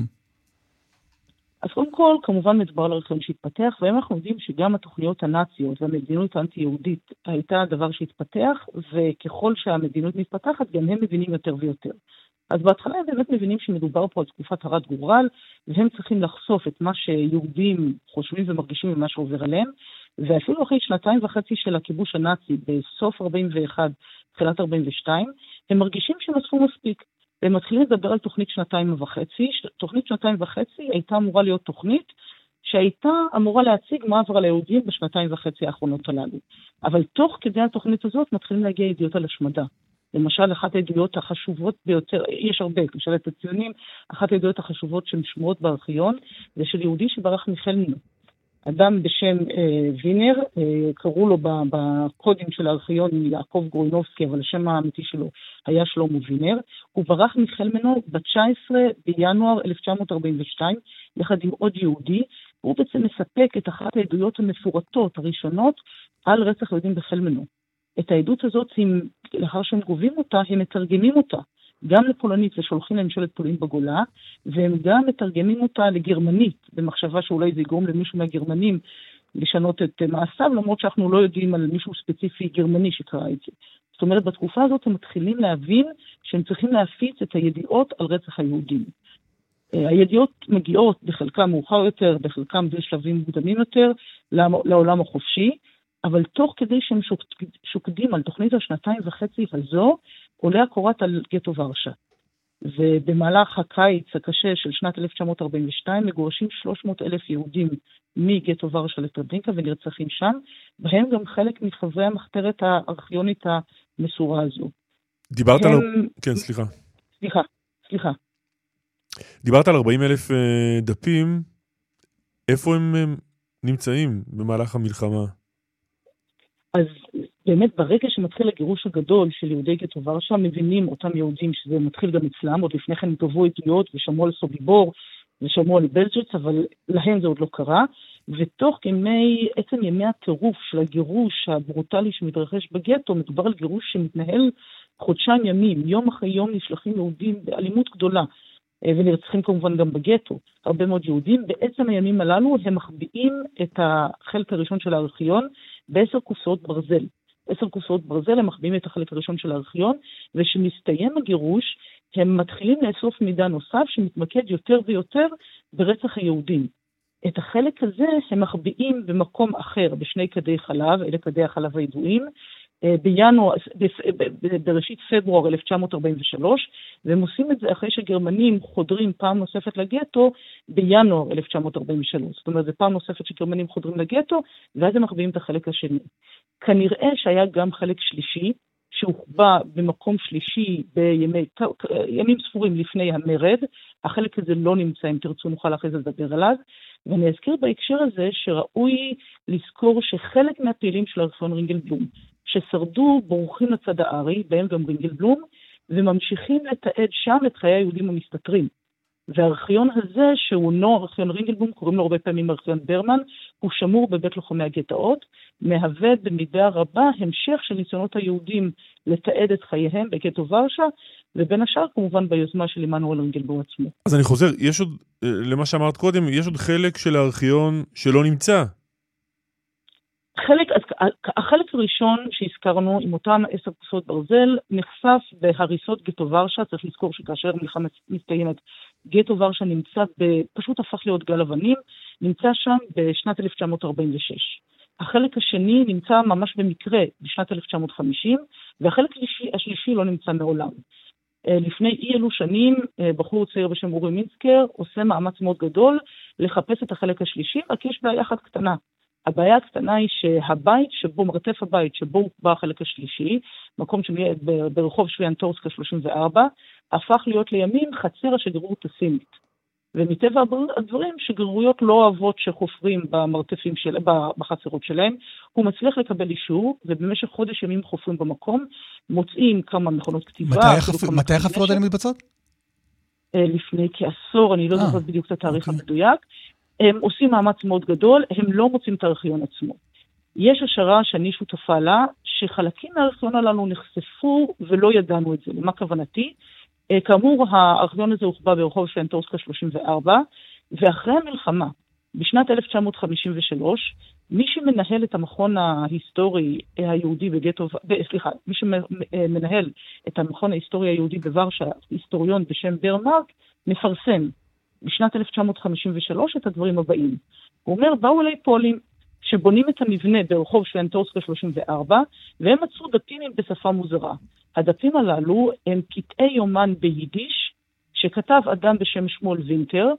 אז קודם כל, כמובן מדבר על ארכיון שהתפתח, והיום אנחנו יודעים שגם התוכניות הנאציות והמדיניות האנטי-יהודית הייתה דבר שהתפתח, וככל שהמדיניות מתפתחת, גם הם מבינים יותר ויותר. אז בהתחלה הם באמת מבינים שמדובר פה על תקופת הרת גורל, והם צריכים לחשוף את מה שיהודים חושבים ומרגישים ממה שעובר עליהם, ואפילו אחרי שנתיים וחצי של הכיבוש הנאצי, בסוף ארבעים ואחת, תחילת ארבעים ושתיים, הם מרגישים שהם אספו מספיק. והם מתחילים לדבר על תוכנית שנתיים וחצי. תוכנית שנתיים וחצי הייתה אמורה להיות תוכנית שהייתה אמורה להציג מה עבר על היהודים בשנתיים וחצי האחרונות הללו. אבל תוך כדי התוכנית הזאת מתחילים להגיע ידיעות על השמדה. למשל, אחת העדויות החשובות ביותר, יש הרבה, למשל את הציונים, אחת העדויות החשובות שמשמעות בארכיון, זה של יהודי שברח מחלמינו. אדם בשם אה, וינר, אה, קראו לו בקודים של הארכיון יעקב גרוינובסקי, אבל השם האמיתי שלו היה שלמה וינר. הוא ברח מחלמינו ב-תשעה עשר בינואר אלף תשע מאות ארבעים ושתיים, יחד עם עוד יהודי, והוא בעצם מספק את אחת העדויות המפורטות הראשונות על רצח יהודים בחלמינו. את העדות הזאת, הם, לאחר שהם גובים אותה, הם מתרגמים אותה גם לפולנית ושולחים לממשלת פולין בגולה, והם גם מתרגמים אותה לגרמנית, במחשבה שאולי זה יגרום למישהו מהגרמנים לשנות את מעשיו, למרות שאנחנו לא יודעים על מישהו ספציפי גרמני שקרא את זה. זאת אומרת, בתקופה הזאת הם מתחילים להבין שהם צריכים להפיץ את הידיעות על רצח היהודים. הידיעות מגיעות בחלקם מאוחר יותר, בחלקם בשלבים מוקדמים יותר, לעולם החופשי, אבל תוך כדי שהם שוקדים על תוכנית השנתיים וחצי הזו, עולה הקורת על גטו ורשה. ובמהלך הקיץ הקשה של שנת אלף תשע מאות ארבעים ושתיים, מגורשים שלוש מאות אלף יהודים מגטו ורשה לטרבלינקה ונרצחים שם, בהם גם חלק מחברי המחתרת הארכיונית המסורה הזו. דיברת הם... על... כן, סליחה. סליחה, סליחה. דיברת על ארבעים אלף דפים, איפה הם נמצאים במהלך המלחמה? אז באמת ברגע שמתחיל הגירוש הגדול של יהודי גטו ורשה, מבינים אותם יהודים שזה מתחיל גם אצלם, עוד לפני כן גבו עדויות ושמעו על סוביבור ושמעו על בלז'ץ, אבל להם זה עוד לא קרה, ותוך ימי, עצם ימי הטירוף של הגירוש הברוטלי שמתרחש בגטו, מדובר על גירוש שמתנהל חודשיים ימים, יום אחרי יום נשלחים יהודים באלימות גדולה, ונרצחים כמובן גם בגטו, הרבה מאוד יהודים. בעצם הימים הללו הם מחביאים את החלק הראשון של הארכיון בעשר קופסאות ברזל. עשר קופסאות ברזל הם מחביאים את החלק הראשון של הארכיון, ושמסתיים הגירוש הם מתחילים לאסוף מידע נוסף שמתמקד יותר ויותר ברצח היהודים. את החלק הזה הם מחביאים במקום אחר, בשני כדי חלב, אלה כדי החלב הידועים, בינואר, בראשית פברואר אלף תשע מאות ארבעים ושלוש, והם עושים את זה אחרי שגרמנים חודרים פעם נוספת לגטו בינואר אלף תשע מאות ארבעים ושלוש. זאת אומרת, זה פעם נוספת שגרמנים חודרים לגטו, ואז הם מחביאים את החלק השני. כנראה שהיה גם חלק שלישי, שהוחבא במקום שלישי בימי, ימים ספורים לפני המרד. החלק הזה לא נמצא, אם תרצו נוכל אחרי זה לדבר עליו. ואני אזכיר בהקשר הזה שראוי לזכור שחלק מהפעילים של הארכיון רינגלבלום, ששרדו בורחים לצד הארי, בהם גם רינגלבלום, וממשיכים לתעד שם את חיי היהודים המסתתרים. והארכיון הזה, שהוא לא ארכיון רינגלבלום, קוראים לו הרבה פעמים ארכיון ברמן, הוא שמור בבית לוחמי הגטאות, מהווה במידה רבה המשך של ניסיונות היהודים לתעד את חייהם בגטו ורשה, ובין השאר כמובן ביוזמה של עמנואל רינגלבלום עצמו. אז אני חוזר, יש עוד, למה שאמרת קודם, יש עוד חלק של הארכיון שלא נמצא. חלק, החלק הראשון שהזכרנו עם אותם עשר כוסות ברזל נחשף בהריסות גטו ורשה. צריך לזכור שכאשר מלחמה מסתיימת גטו ורשה נמצא, פשוט הפך להיות גל אבנים, נמצא שם בשנת אלף תשע מאות ארבעים ושש. החלק השני נמצא ממש במקרה בשנת אלף תשע מאות חמישים, והחלק השלישי לא נמצא מעולם. לפני אי אלו שנים בחור צעיר בשם אורי מינסקר עושה מאמץ מאוד גדול לחפש את החלק השלישי, רק יש בעיה אחת קטנה. הבעיה הקטנה היא שהבית שבו, מרתף הבית שבו הוקבע החלק השלישי, מקום שמהיה ברחוב שוויאנטורסקה שלושים וארבע, הפך להיות לימים חצר השגרירות הסינית. ומטבע הדברים שגרירויות לא אוהבות שחופרים במרתפים של, בחצרות שלהם, הוא מצליח לקבל אישור, ובמשך חודש ימים חופרים במקום, מוצאים כמה מכונות כתיבה. מתי החפירות האלה מתבצעות? לפני כעשור, אני לא זוכרת בדיוק את התאריך המדויק. הם עושים מאמץ מאוד גדול, הם לא מוצאים את הארכיון עצמו. יש השערה שאני שותפה לה, שחלקים מהארכיון הללו נחשפו ולא ידענו את זה. למה כוונתי? כאמור, הארכיון הזה הוחבא ברחוב שוויאנטורסקה שלושים וארבע, ואחרי המלחמה, בשנת אלף תשע מאות חמישים ושלוש, מי שמנהל את המכון ההיסטורי היהודי בגטו, סליחה, מי שמנהל את המכון ההיסטורי היהודי בוורשה, היסטוריון בשם ברמרק, מפרסם בשנת אלף תשע מאות חמישים ושלוש את הדברים הבאים. הוא אומר, באו אליי פועלים שבונים את המבנה ברחוב שוויאנטורסקה שלושים וארבע, והם מצאו דפים בשפה מוזרה. הדפים הללו הם קטעי יומן ביידיש, שכתב אדם בשם שמואל וינטר,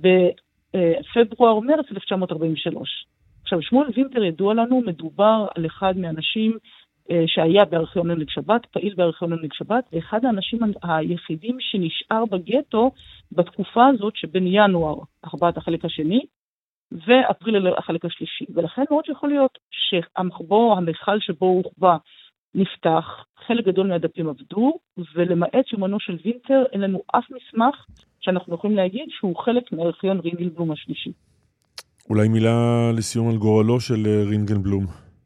בפברואר מרץ אלף תשע מאות ארבעים ושלוש. עכשיו, שמואל וינטר ידוע לנו, מדובר על אחד מהאנשים שהיה בארכיון עונג שבת, פעיל בארכיון עונג שבת, ואחד האנשים היחידים שנשאר בגטו בתקופה הזאת שבין ינואר, ארבעת החלק השני, ואפריל החלק השלישי. ולכן מאוד יכול להיות שהמחבור, המכל שבו הוא הוחבא, נפתח, חלק גדול מהדפים עבדו, ולמעט יומנו של וינטר, אין לנו אף מסמך שאנחנו יכולים להגיד שהוא חלק מארכיון רינגלבלום השלישי. אולי מילה לסיום על גורלו של רינגלבלום.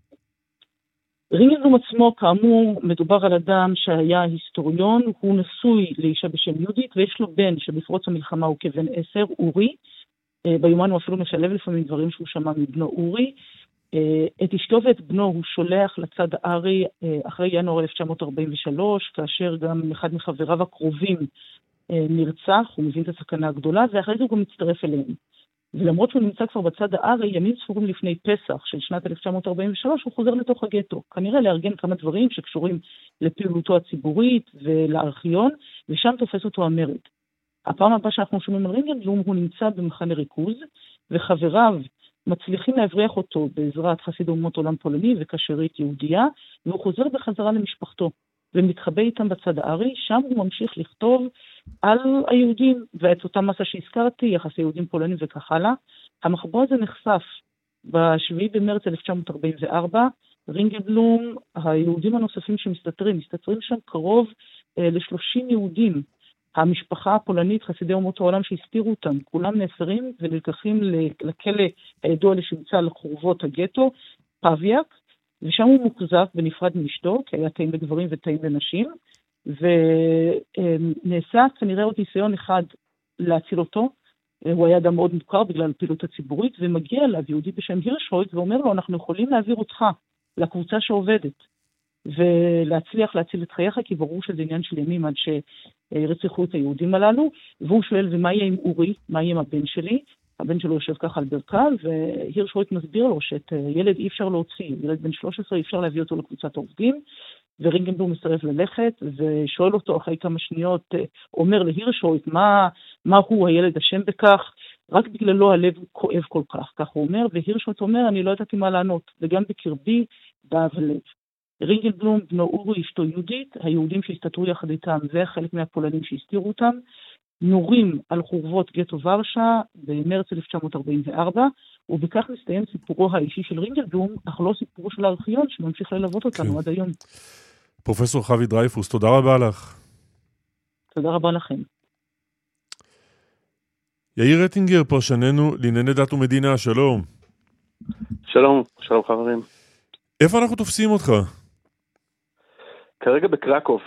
רינגלבלום עצמו, כאמור, מדובר על אדם שהיה היסטוריון, הוא נשוי לאישה בשם יהודית, ויש לו בן שבפרוץ המלחמה הוא כבן עשר, אורי. ביומן הוא אפילו משלב לפעמים דברים שהוא שמע מבנו אורי. את אשתו ואת בנו הוא שולח לצד הארי אחרי ינואר אלף תשע מאות ארבעים ושלוש, כאשר גם אחד מחבריו הקרובים נרצח, הוא מבין את הסכנה הגדולה, ואחרי זה הוא גם מצטרף אליהם. ולמרות שהוא נמצא כבר בצד הארי, ימים ספורים לפני פסח של שנת אלף תשע מאות ארבעים ושלוש, הוא חוזר לתוך הגטו. כנראה לארגן כמה דברים שקשורים לפעילותו הציבורית ולארכיון, ושם תופס אותו המרד. הפעם הבאה שאנחנו שומעים על רינגלבלום, הוא נמצא במחנה ריכוז, וחבריו מצליחים להבריח אותו בעזרת חסיד אומות עולם פולני וקשרית יהודייה, והוא חוזר בחזרה למשפחתו, ומתחבא איתם בצד הארי, שם הוא ממשיך לכתוב על היהודים, ואת אותה מסה שהזכרתי, יחסי יהודים פולנים וכך הלאה. המחבור הזה נחשף בשביעי במרץ אלף תשע מאות ארבעים וארבע, רינגלבלום, היהודים הנוספים שמסתתרים, מסתתרים שם קרוב אה, ל-שלושים יהודים, המשפחה הפולנית, חסידי אומות העולם שהסתירו אותם, כולם נאסרים ונלקחים לכלא הידוע לשמצה לחורבות הגטו, פאביאק, ושם הוא מוחזק בנפרד מאשתו, כי היה תאים לגברים ותאים לנשים, ונעשה כנראה עוד ניסיון אחד להציל אותו, הוא היה אדם מאוד מוכר בגלל הפעילות הציבורית, ומגיע אליו יהודי בשם הירשויט, ואומר לו, אנחנו יכולים להעביר אותך לקבוצה שעובדת, ולהצליח להציל את חייך, כי ברור שזה עניין של ימים עד שרציחו את היהודים הללו, והוא שואל, ומה יהיה עם אורי? מה יהיה עם הבן שלי? הבן שלו יושב ככה על ברכיו, והירשויט מסביר לו שאת ילד אי אפשר להוציא, ילד בן שלוש עשרה אי אפשר להביא אותו לקבוצת עובדים, ורינגלבלום מסרב ללכת, ושואל אותו אחרי כמה שניות, אומר להירשויט, מה, מה הוא הילד אשם בכך? רק בגללו הלב כואב כל כך, כך הוא אומר, והירשויט אומר, אני לא ידעתי מה לענות, וגם בקרבי דאב הלב. רינגלבלום, בנו אורי, אשתו יהודית, היהודים שהסתתרו יחד איתם, וחלק מהפולנים שהסתירו אותם, נורים על חורבות גטו ורשה במרץ אלף תשע מאות ארבעים וארבע, ובכך מסתיים סיפורו האישי של רינגלבלום, אך לא סיפורו של הארכיון שממשיך ללוות אותנו עד היום. פרופסור חווי דרייפוס, תודה רבה לך. תודה רבה לכם. יאיר רטינגר, פרשננו לענייני דת ומדינה, שלום. שלום, שלום חברים. איפה אנחנו תופסים אותך? כרגע בקרקוב,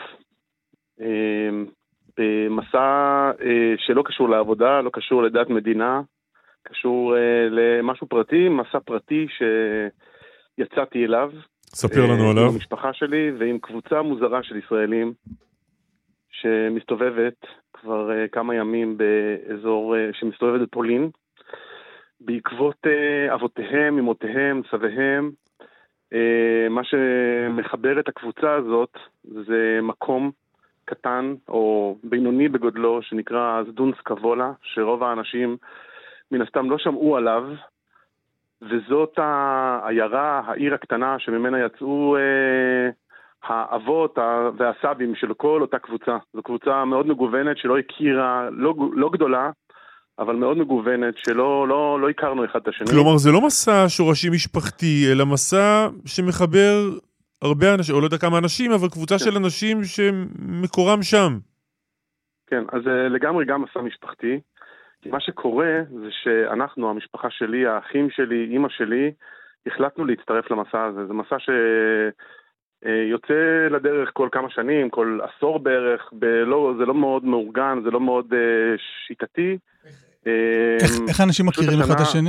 במסע שלא קשור לעבודה, לא קשור לדת מדינה, קשור למשהו פרטי, מסע פרטי שיצאתי אליו. ספר לנו עליו. עם המשפחה שלי ועם קבוצה מוזרה של ישראלים שמסתובבת כבר כמה ימים באזור, שמסתובבת בפולין, בעקבות אבותיהם, אמותיהם, סביהם. מה שמחבר את הקבוצה הזאת זה מקום קטן או בינוני בגודלו שנקרא זדונסק קבולה, שרוב האנשים מן הסתם לא שמעו עליו, וזאת העיירה, העיר הקטנה שממנה יצאו אה, האבות והסבים של כל אותה קבוצה. זו קבוצה מאוד מגוונת שלא הכירה, לא, לא גדולה, אבל מאוד מגוונת, שלא לא, לא הכרנו אחד את השני. כלומר, זה לא מסע שורשי משפחתי, אלא מסע שמחבר הרבה אנשים, או לא יודע כמה אנשים, אבל קבוצה כן. של אנשים שמקורם שם. כן, אז לגמרי גם מסע משפחתי. כי מה שקורה זה שאנחנו, המשפחה שלי, האחים שלי, אמא שלי, החלטנו להצטרף למסע הזה. זה מסע שיוצא לדרך כל כמה שנים, כל עשור בערך, בלא, זה לא מאוד מאורגן, זה לא מאוד uh, שיטתי. איך, איך אנשים מכירים אחד את השני?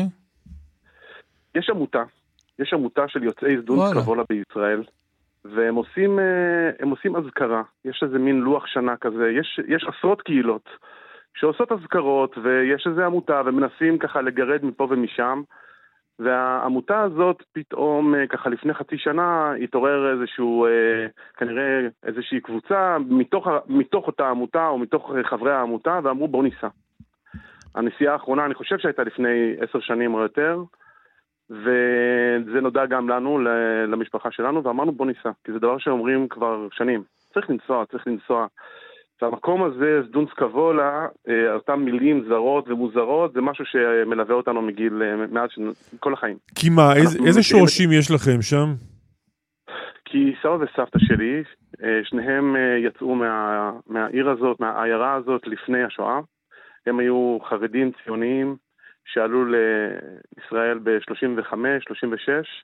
יש עמותה, יש עמותה של יוצאי זדונסק קבולה בישראל, והם עושים, הם עושים אזכרה. יש איזה מין לוח שנה כזה, יש, יש עשרות קהילות שעושות אזכרות, ויש איזה עמותה, ומנסים ככה לגרד מפה ומשם, והעמותה הזאת פתאום, ככה לפני חצי שנה, התעורר איזשהו, כנראה איזושהי קבוצה, מתוך, מתוך אותה עמותה, או מתוך חברי העמותה, ואמרו בוא ניסע. הנסיעה האחרונה, אני חושב שהייתה לפני עשר שנים או יותר, וזה נודע גם לנו, למשפחה שלנו, ואמרנו בוא ניסע, כי זה דבר שאומרים כבר שנים. צריך לנסוע, צריך לנסוע. והמקום הזה, זדונסק קבולה, אותם מילים זרות ומוזרות, זה משהו שמלווה אותנו מגיל, מאז כל החיים. כי מה, איזה, איזה שורשים את... יש לכם שם? כי סבא וסבתא שלי, שניהם יצאו מה, מהעיר הזאת, מהעיירה הזאת לפני השואה. הם היו חרדים ציוניים שעלו לישראל ב-שלושים וחמש שלושים ושש,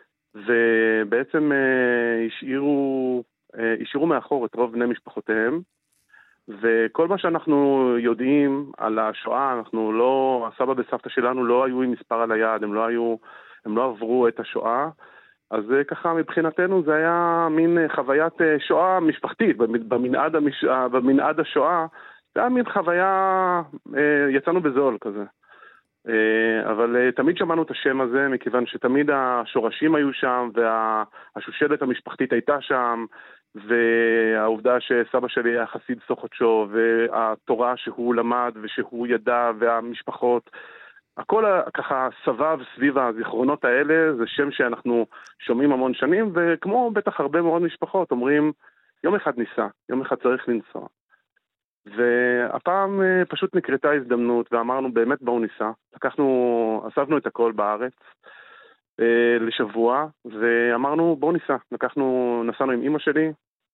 ובעצם השאירו, השאירו מאחור את רוב בני משפחותיהם, וכל מה שאנחנו יודעים על השואה, אנחנו לא, הסבא וסבתא שלנו לא היו עם מספר על היד, הם לא היו, הם לא עברו את השואה, אז ככה מבחינתנו זה היה מין חוויית שואה משפחתית, במנעד, המש... במנעד השואה, זה היה מין חוויה, יצאנו בזול כזה. אבל תמיד שמענו את השם הזה, מכיוון שתמיד השורשים היו שם, והשושלת המשפחתית הייתה שם, והעובדה שסבא שלי היה חסיד סוכותשו, והתורה שהוא למד ושהוא ידע, והמשפחות, הכל ככה סבב סביב הזיכרונות האלה, זה שם שאנחנו שומעים המון שנים, וכמו בטח הרבה מאוד משפחות אומרים, יום אחד ניסע, יום אחד צריך לנסוע. והפעם פשוט נקרתה הזדמנות, ואמרנו באמת בואו ניסע. לקחנו, אספנו את הכל בארץ לשבוע, ואמרנו בואו ניסע. לקחנו, נסענו עם אמא שלי,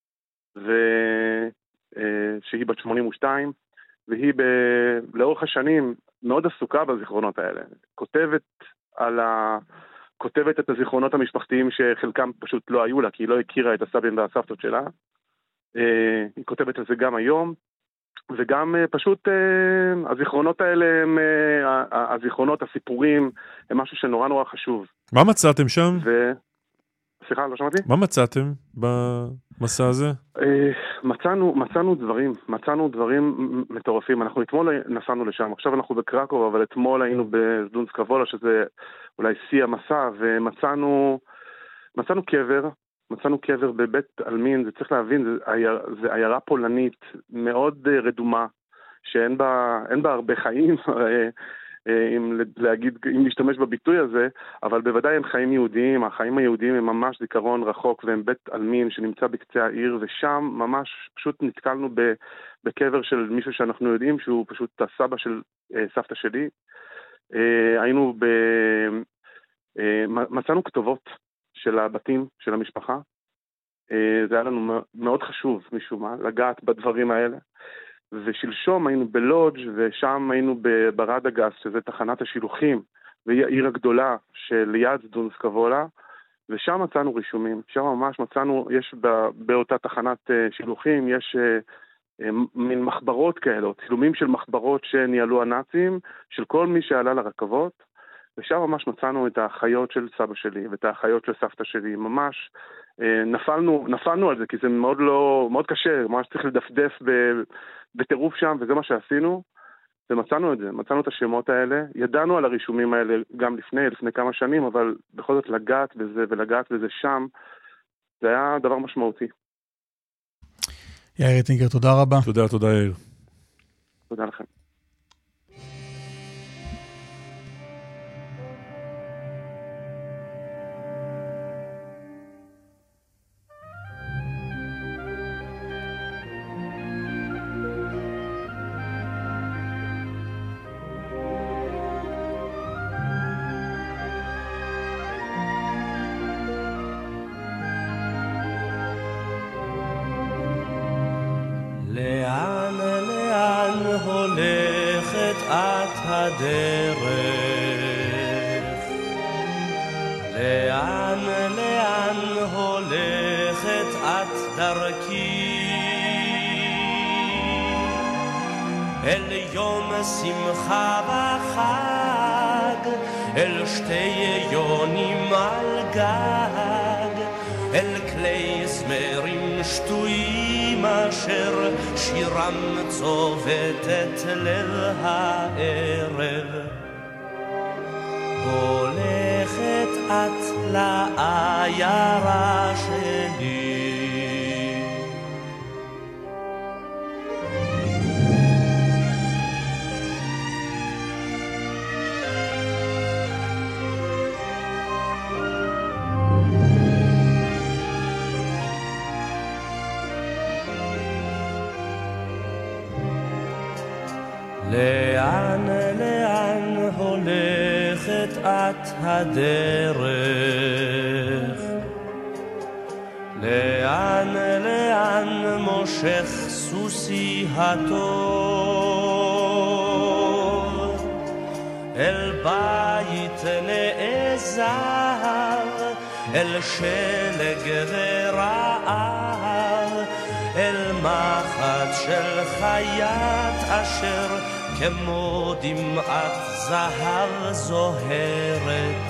שהיא בת שמונים ושתיים, והיא ב... לאורך השנים מאוד עסוקה בזיכרונות האלה. כותבת על ה... כותבת את הזיכרונות המשפחתיים שחלקם פשוט לא היו לה, כי היא לא הכירה את הסבים והסבתות שלה. היא כותבת על זה גם היום, וגם פשוט הזיכרונות האלה, הם, הזיכרונות, הסיפורים, הם משהו שנורא נורא חשוב. מה מצאתם שם? ו... סליחה, לא שמעתי? מה מצאתם במסע הזה? מצאנו, מצאנו דברים, מצאנו דברים מטורפים. אנחנו אתמול נסענו לשם, עכשיו אנחנו בקרקוב, אבל אתמול היינו בזדונסק קבולה, שזה אולי שיא המסע, ומצאנו מצאנו קבר, מצאנו קבר בבית אלמין, זה צריך להבין, זה, עייר, זה עיירה פולנית מאוד רדומה, שאין בה, אין בה הרבה חיים, אם להגיד, אם להשתמש בביטוי הזה, אבל בוודאי הם חיים יהודיים, החיים היהודיים הם ממש זיכרון רחוק, והם בית אלמין שנמצא בקצה העיר, ושם ממש פשוט נתקלנו בקבר של מישהו שאנחנו יודעים, שהוא פשוט הסבא של סבתא שלי. היינו ב... מצאנו כתובות של הבתים, של המשפחה. זה היה לנו מאוד חשוב, משום מה, לגעת בדברים האלה. ושלשום היינו בלודג' ושם היינו ברדגס, שזה תחנת השילוחים, והיא העיר הגדולה שליד דונסקבולה, ושם מצאנו רישומים, שם ממש מצאנו, יש באותה תחנת שילוחים, יש מין מחברות כאלה, צילומים של מחברות שניהלו הנאצים, של כל מי שעלה לרכבות, ושם ממש מצאנו את האחיות של סבא שלי, ואת האחיות של סבתא שלי, ממש נפלנו, נפלנו על זה, כי זה מאוד לא, מאוד קשה, ממש צריך לדפדף בטירוף שם, וזה מה שעשינו, ומצאנו את זה, מצאנו את השמות האלה, ידענו על הרישומים האלה גם לפני, לפני כמה שנים, אבל בכל זאת לגעת בזה ולגעת בזה שם, זה היה דבר משמעותי. יאיר אטינגר, תודה רבה. תודה, תודה יאיר. תודה לכם. לאן, לאן הולכת את הדרך? לאן, לאן הולכת את דרכי? אל יום שמחה וחג, אל שתי יונים על גג, אל כלי סמרים שטויים אשר שירם צובטת ליל הערב. הולכת את לעיירה שלי, לאן, לאן הולכת את הדרך? לאן, לאן מושך סוסי הטוב? אל בית נעזר, אל שלג ורעב, אל מחט של חיית אשר כמו דמעת זהב זוהרת.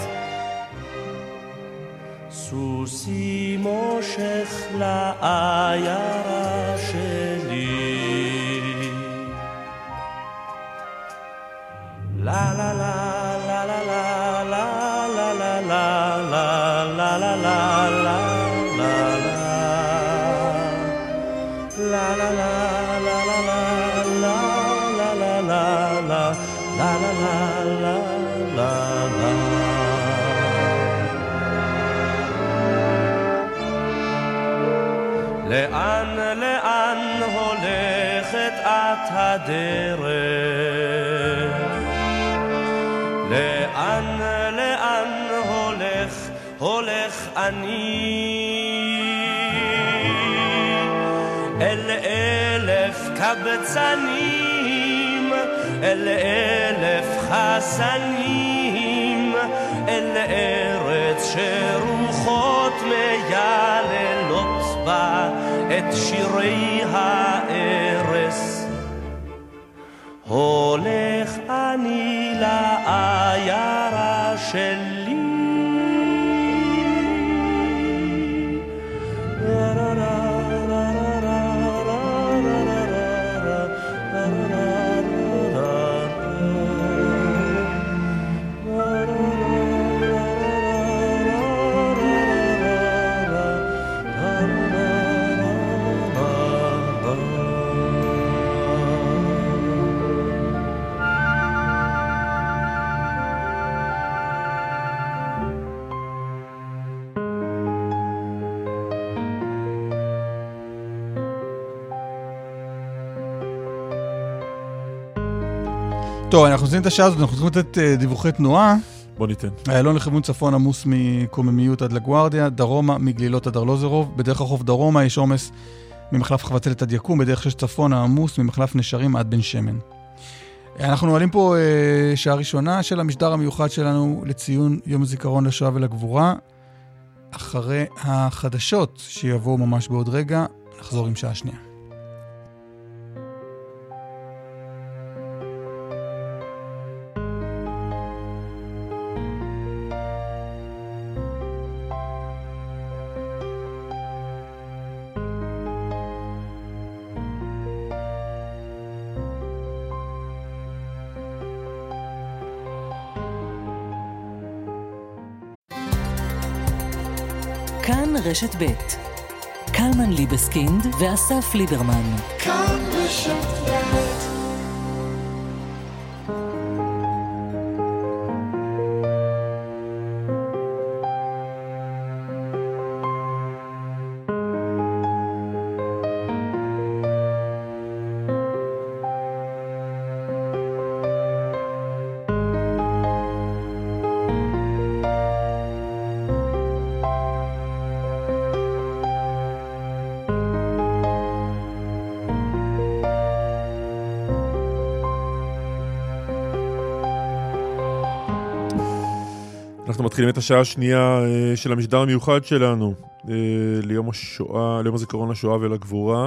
סוסי מושך לעיירה שלי, לה לה לה לה לה לה לה לה לה לה לה לה לה לה la la la la la la la la la la la la la la la la. לאן, לאן הולכת את הדרך? לאן, לאן הולך, הולך אני? אל אלף קבצנים, אל אלף חסנים, אל ארץ שרוחות מייללות בה את שירי הארס. הולך אני לעיירה שלי, טוב, אנחנו עושים את השעה הזאת, אנחנו צריכים לתת דיווחי תנועה. בוא ניתן. איילון לכיוון צפון עמוס מקוממיות עד לגוארדיה, דרומה מגלילות עד ארלוזרוב, בדרך החוף דרומה יש עומס ממחלף חבצלת עד יקום, בדרך שש צפון העמוס, ממחלף נשרים עד בן שמן. אנחנו נועלים פה אה, שעה ראשונה של המשדר המיוחד שלנו לציון יום הזיכרון לשואה ולגבורה. אחרי החדשות שיבואו ממש בעוד רגע, נחזור עם שעה שנייה. כאן רשת ב' קלמן ליבסקינד ואסף ליברמן. כאן רשת ב'. אנחנו מתחילים את השעה השנייה של המשדר המיוחד שלנו ליום השואה, ליום הזיכרון לשואה ולגבורה.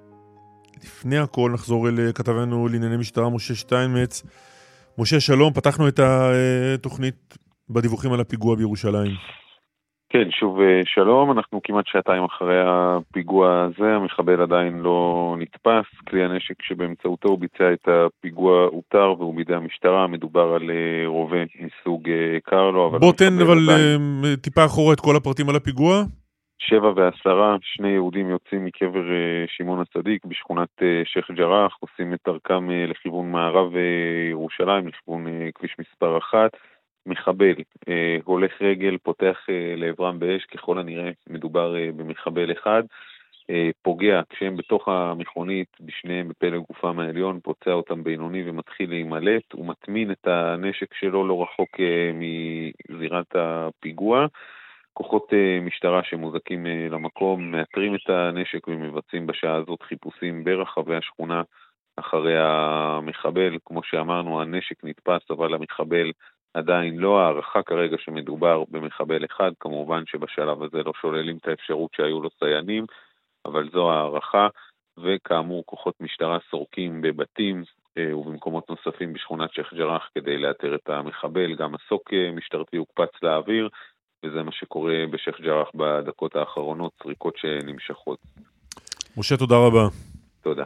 לפני הכל נחזור אל כתבנו לענייני משטרה משה שטיינמץ. משה, שלום, פתחנו את התוכנית בדיווחים על הפיגוע בירושלים. כן, שוב שלום, אנחנו כמעט שעתיים אחרי הפיגוע הזה, המחבל עדיין לא נתפס, כלי הנשק שבאמצעותו הוא ביצע את הפיגוע הותר והוא בידי המשטרה, מדובר על רובה מסוג קרלו. בוא תן אבל עדיין... טיפה אחורה את כל הפרטים על הפיגוע. שבע ועשרה, שני יהודים יוצאים מקבר שמעון הצדיק בשכונת שייח ג'ראח, עושים את דרכם לכיוון מערב ירושלים, לכיוון כביש מספר אחת. מחבל, אה, הולך רגל, פותח אה, לעברם באש, ככל הנראה מדובר אה, במחבל אחד, אה, פוגע כשהם בתוך המכונית, בשניהם בפלג גופם העליון, פוצע אותם בינוני ומתחיל להימלט, הוא מטמין את הנשק שלו לא רחוק אה, מזירת הפיגוע, כוחות אה, משטרה שמוזקים אה, למקום, מאתרים את הנשק ומבצעים בשעה הזאת חיפושים ברחבי השכונה אחרי המחבל, כמו שאמרנו הנשק נתפס אבל המחבל עדיין לא, הערכה כרגע שמדובר במחבל אחד, כמובן שבשלב הזה לא שוללים את האפשרות שהיו לו סיינים, אבל זו הערכה, וכאמור כוחות משטרה סורקים בבתים אה, ובמקומות נוספים בשכונת שייח ג'ראח כדי לאתר את המחבל, גם מסוק אה, משטרתי הוקפץ לאוויר, וזה מה שקורה בשייח ג'ראח בדקות האחרונות, סריקות שנמשכות. משה, תודה רבה. תודה.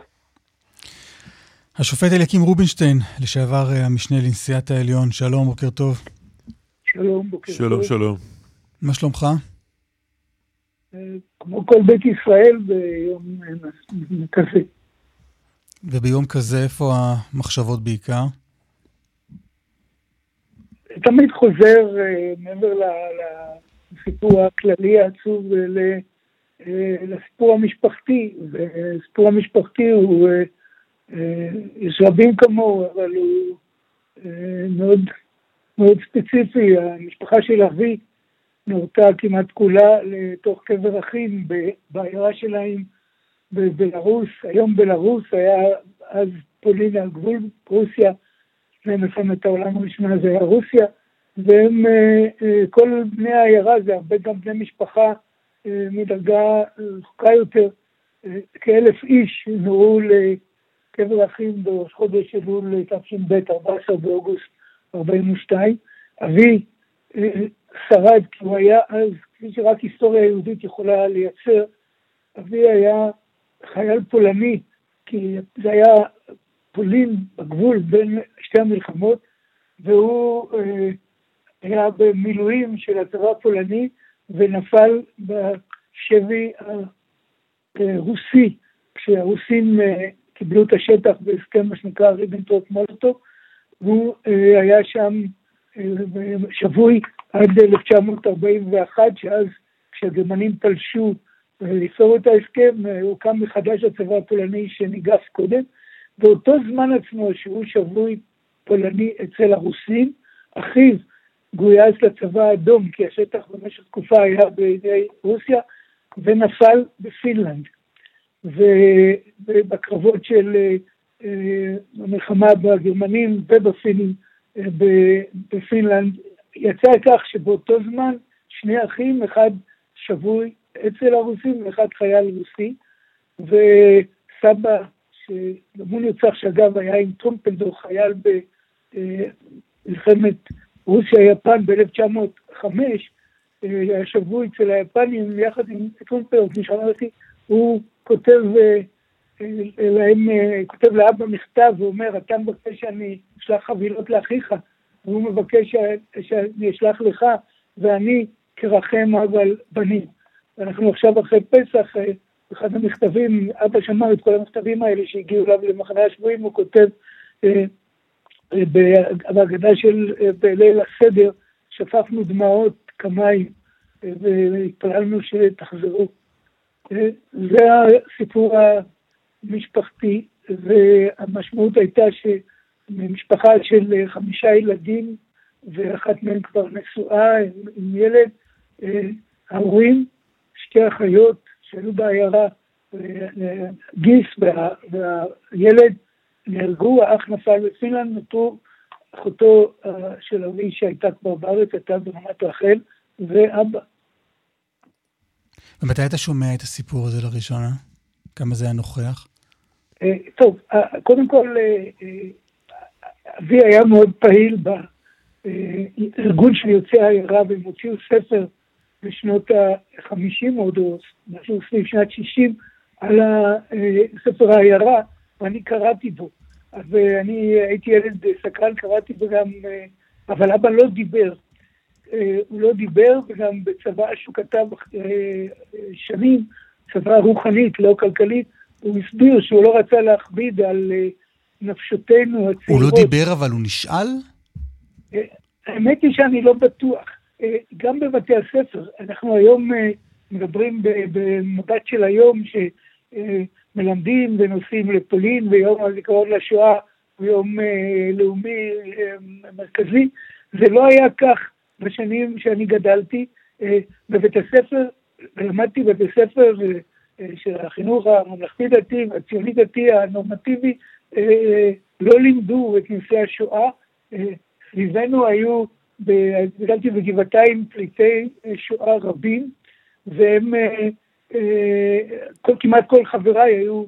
השופט אליקים רובינשטיין, לשעבר המשנה לנשיאת העליון, שלום, בוקר טוב. שלום, בוקר שלום, טוב. שלום. מה שלומך? כמו כל בית ישראל ביום כזה. וביום כזה, איפה המחשבות בעיקר? תמיד חוזר מעבר לסיפור הכללי העצוב לסיפור המשפחתי, וסיפור המשפחתי הוא... יש רבים כמוהו, אבל הוא מאוד, מאוד ספציפי. המשפחה של אבי נורתה כמעט כולה לתוך קבר אחים בעיירה שלהם בבלרוס. היום בלרוס היה אז פולין על גבול רוסיה, ומלחמת העולם הראשונה זה היה רוסיה, והם, כל בני העיירה, זה הרבה גם בני משפחה מדרגה רחוקה יותר, כאלף איש נורו ל... קבר אחים בראש חודש אלול תש"ב, ארבעה עשר באוגוסט ארבעים ושתיים. אבי שרד, כי הוא היה אז, כפי שרק היסטוריה יהודית יכולה לייצר, אבי היה חייל פולני, כי זה היה פולין בגבול בין שתי המלחמות, והוא היה במילואים של הצבא הפולני, ונפל בשבי הרוסי, כשהרוסים קיבלו את השטח בהסכם מה שנקרא ריבנטרופ מולוטוב, והוא אה, היה שם אה, שבוי עד אלף תשע מאות ארבעים ואחת, שאז כשהגרמנים פלשו אה, לפתור את ההסכם, אה, הוא קם מחדש הצבא הפולני שניגף קודם, באותו זמן עצמו שהוא שבוי פולני אצל הרוסים, אחיו גויס לצבא האדום, כי השטח במשך תקופה היה בידי רוסיה, ונפל בפינלנד. ובקרבות של המלחמה בגרמנים ובפינים בפינלנד, יצא כך שבאותו זמן שני אחים, אחד שבוי אצל הרוסים ואחד חייל רוסי, וסבא, שגם הוא נרצח שאגב היה עם טרומפלדור, חייל במלחמת רוסיה-יפן ב-אלף תשע מאות וחמש, היה שבוי אצל היפנים יחד עם טרומפלדור, כפי שאמרתי, הוא כותב להם, כותב לאבא מכתב ואומר, אתה מבקש שאני אשלח חבילות לאחיך, והוא מבקש שאני אשלח לך, ואני כרחם אבל בנים. ואנחנו עכשיו אחרי פסח, אחד המכתבים, אבא שמע את כל המכתבים האלה שהגיעו אליו למחנה השבויים, הוא כותב בהגדה של בליל הסדר, שפכנו דמעות כמים והתפללנו שתחזרו. זה הסיפור המשפחתי, והמשמעות הייתה שמשפחה של חמישה ילדים, ואחת מהם כבר נשואה עם ילד, ההורים, שתי אחיות שהיו בעיירה, גיס והילד נהרגו, האח נפל בפינלנד, נותרו אחותו של אבי שהייתה כבר בארץ, הייתה ברמת רחל, ואבא. ומתי אתה שומע את הסיפור הזה לראשונה? כמה זה היה נוכח? טוב, קודם כל, אבי היה מאוד פעיל בארגון של יוצאי העיירה, והם הוציאו ספר בשנות ה-חמישים עוד, או משהו סביב שנת שישים, על ספר העיירה, ואני קראתי בו. ואני הייתי ילד סקרן, קראתי בו גם, אבל אבא לא דיבר. הוא לא דיבר, וגם בצבא שהוא כתב שנים, צבא רוחנית, לא כלכלית, הוא הסביר שהוא לא רצה להכביד על נפשותינו הצעירות. הוא לא דיבר, אבל הוא נשאל? האמת היא שאני לא בטוח. גם בבתי הספר, אנחנו היום מדברים במבט של היום, שמלמדים ונוסעים לפולין, ויום הזיכרון לשואה, ויום לאומי מרכזי. זה לא היה כך בשנים שאני גדלתי. בבית הספר, למדתי בבית הספר של החינוך הממלכתי דתי, הציוני דתי, הנורמטיבי, לא לימדו את נושא השואה. סביבנו היו, גדלתי בגבעתיים פליטי שואה רבים, והם, כל, כמעט כל חבריי היו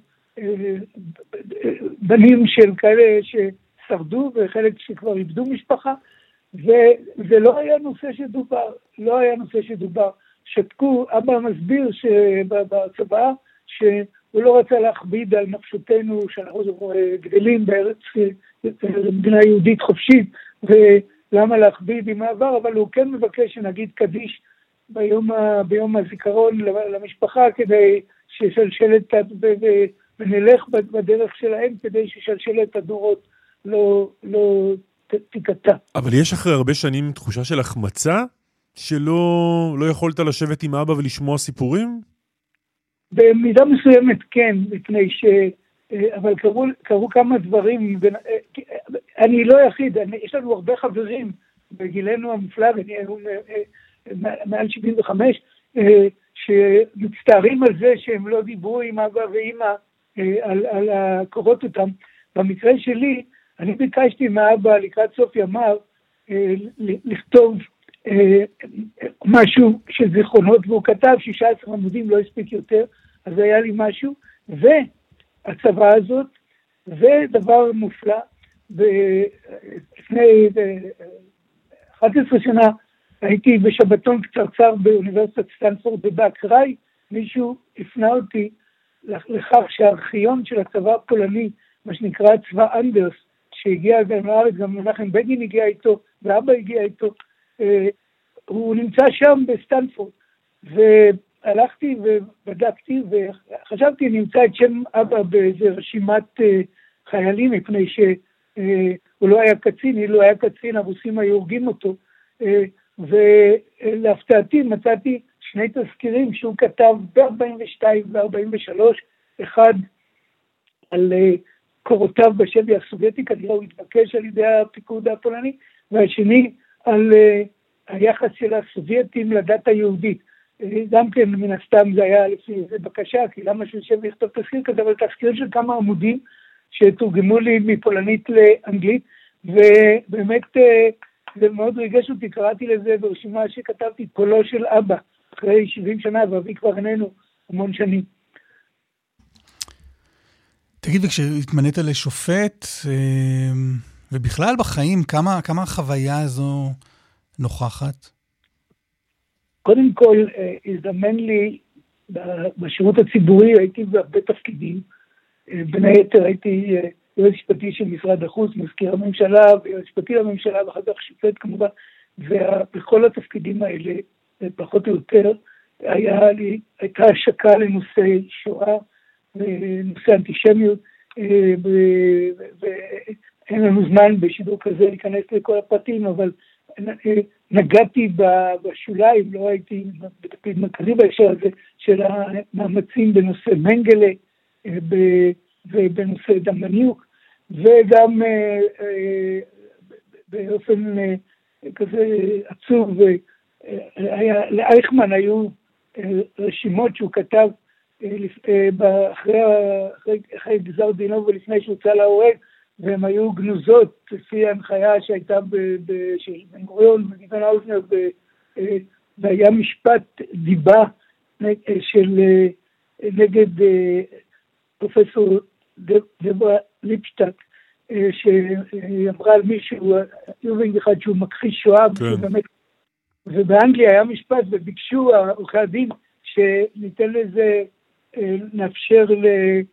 בנים של כאלה ששרדו, וחלק שכבר איבדו משפחה, וזה לא היה נושא שדובר, לא היה נושא שדובר. שתקו, אבא מסביר שבצבא, שהוא לא רצה להכביד על נפשותנו, שאנחנו גדלים בארץ, מדינה יהודית חופשית, ולמה להכביד עם העבר, אבל הוא כן מבקש שנגיד קדיש ביום, ביום הזיכרון למשפחה, כדי ששלשלת, ונלך בדרך שלהם, כדי ששלשלת הדורות לא, לא תיקטע. אבל יש אחרי הרבה שנים תחושה של החמצה? שלא לא יכולת לשבת עם אבא ולשמוע סיפורים? במידה מסוימת כן, מפני ש... אבל קראו, קראו כמה דברים, אני לא יחיד, אני, יש לנו הרבה חברים בגילנו המופלג, אני מעל שבעים וחמש, שמצטערים על זה שהם לא דיברו עם אבא ואמא על, על הקורות אותם. במקרה שלי, אני ביקשתי מאבא לקראת סוף ימיו לכתוב משהו של זיכרונות, והוא כתב שישה עשר עמודים, לא הספיק יותר, אז היה לי משהו, והצבא הזאת, ודבר מופלא, לפני אחת עשרה שנה, הייתי בשבתון קצרצר באוניברסיטת סטנפורד בבאקראי, מישהו הפנה אותי לכך שהארכיון של הצבא הפולני, מה שנקרא צבא אנדרס, שהגיע גם לארץ, גם מנחם בגין הגיע איתו, ואבא הגיע איתו, הוא נמצא שם בסטנפורד, והלכתי ובדקתי, וחשבתי, נמצא את שם אבא באיזה רשימת חיילים, מפני שהוא לא היה קצין, אילו היה קצין, הרוסים היו הורגים אותו, ולהפתעתי מצאתי שני תזכירים שהוא כתב ב-ארבעים ושתיים ו-ארבעים ושלוש, אחד על קורותיו בשבי הסובייטי, כנראה הוא התבקש על ידי הפיקוד הפולני, והשני על היחס של הסובייטים לדת היהודית. גם כן מן הסתם זה היה לפי זה בקשה, כי למה שהוא יושב ויכתוב תזכיר כזה, אבל תזכיר של כמה עמודים שתורגמו לי מפולנית לאנגלית, ובאמת זה מאוד ריגש אותי, קראתי לזה ברשימה שכתבתי פולו של אבא, אחרי שבעים שנה, ואבי כבר איננו המון שנים. תגיד, וכשהתמנית לשופט, ובכלל בחיים, כמה, כמה החוויה הזו נוכחת? קודם כל, הזדמן לי, בשירות הציבורי הייתי בהרבה תפקידים, בין היתר הייתי יועץ משפטי של משרד החוץ, מזכיר הממשלה, ויועץ משפטי לממשלה, ואחר כך שופט כמובן, ובכל התפקידים האלה, פחות או יותר, היה לי, הייתה השקה לנושא שואה, נושא אנטישמיות, ואין לנו זמן בשידור כזה להיכנס לכל הפרטים, אבל נגעתי בשוליים, לא הייתי בתפקיד מרכזי בהקשר הזה, של המאמצים בנושא מנגלה, ובנושא דמניוק, וגם באופן כזה עצוב, לאייכמן היו רשימות שהוא כתב אחרי גזר דינו ולפני שהוצא להורג, והן היו גנוזות לפי ההנחיה שהייתה של בן גוריון וגדעון האוזנר, והיה משפט דיבה של נגד פרופסור דברה ליפשטק, שאמרה על מישהו, יובין אחד שהוא מכחיש שואה, ובאנגליה היה משפט וביקשו עורכי הדין שניתן לזה, נאפשר ל...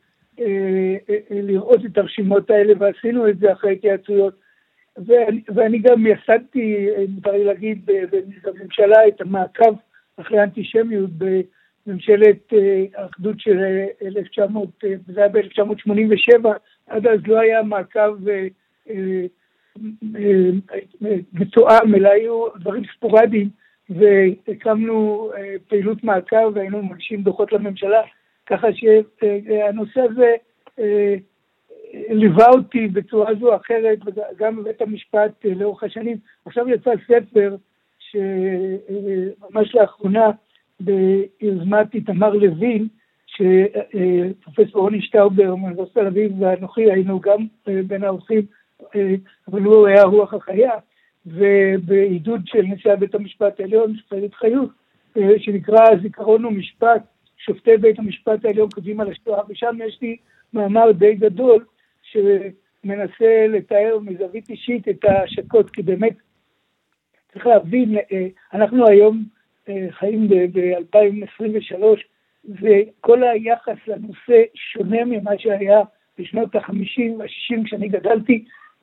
לראות את הרשימות האלה, ועשינו את זה אחרי התייעצויות, ואני, ואני גם יסדתי, מותר לי להגיד, בממשלה את המעקב אחרי האנטישמיות בממשלת האחדות של אלף תשע מאות, זה היה ב-אלף תשע מאות שמונים ושבע, עד אז לא היה מעקב מתואם, אלא היו דברים ספורדיים, והקמנו פעילות מעקב, והיינו מגישים דוחות לממשלה, ככה שהנושא הזה ליווה אותי בצורה זו או אחרת, וגם בבית המשפט לאורך השנים. עכשיו יצא ספר שממש לאחרונה ביוזמת איתמר לוין, שפרופסור רוני שטאובר מאוניברסיטת תל אביב ואנוכי היינו גם בין האורחים, אבל הוא היה רוח החיה, ובעידוד של נשיאת בית המשפט העליון, שופטת חיות, שנקרא זיכרון ומשפט, שופטי בית המשפט העליון כותבים על השואה, ושם יש לי מאמר די גדול שמנסה לתאר מזווית אישית את ההשקות, כי באמת צריך להבין, אנחנו היום חיים ב-אלפיים עשרים ושלוש, וכל היחס לנושא שונה ממה שהיה בשנות ה-חמישים וה-שישים כשאני גדלתי,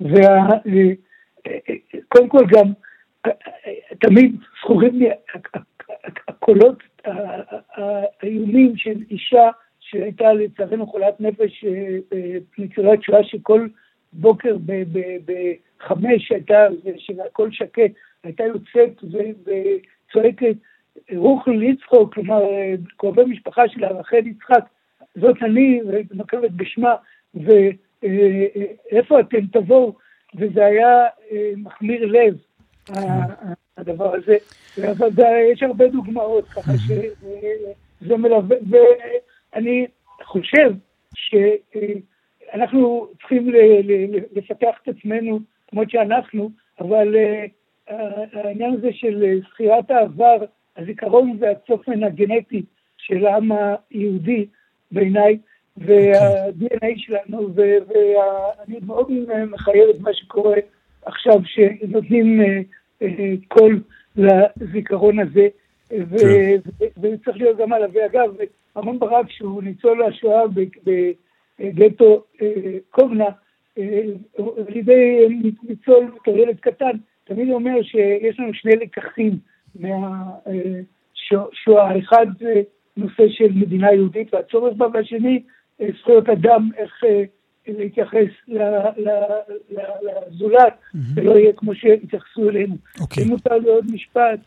וקודם כל גם תמיד זכורים לי הקולות, האיומים של אישה שהייתה לצערנו חולת נפש, ניצולת שואה, שכל בוקר בחמש הייתה, ושהכל שקט, הייתה יוצאת וצועקת רוח ליצחוק, כלומר קרובי משפחה שלה, רחל יצחק, זאת אני, ונקבת בשמה, ואיפה אתם תבואו, וזה היה מחמיר לב, הדבר הזה, אבל יש הרבה דוגמאות, ככה שזה מלווה, ואני חושב שאנחנו צריכים לפתח את עצמנו כמו שאנחנו, אבל העניין הזה של זכירת העבר, הזיכרון והצופן הגנטי של העם היהודי בעיניי, וה-די אן איי שלנו, ואני מאוד מחייב את מה שקורה עכשיו, שנותנים קול לזיכרון הזה, וצריך להיות גם עליו. ואגב, אהרן ברק, שהוא ניצול השואה בגטו קובנה, על ידי ניצול כילד קטן, תמיד אומר שיש לנו שני לקחים מהשואה. האחד זה נושא של מדינה יהודית והצורך בה, והשני זכויות אדם, איך להתייחס לזולת, ולא יהיה כמו שהתייחסו אלינו. אם מותר לי עוד משפט,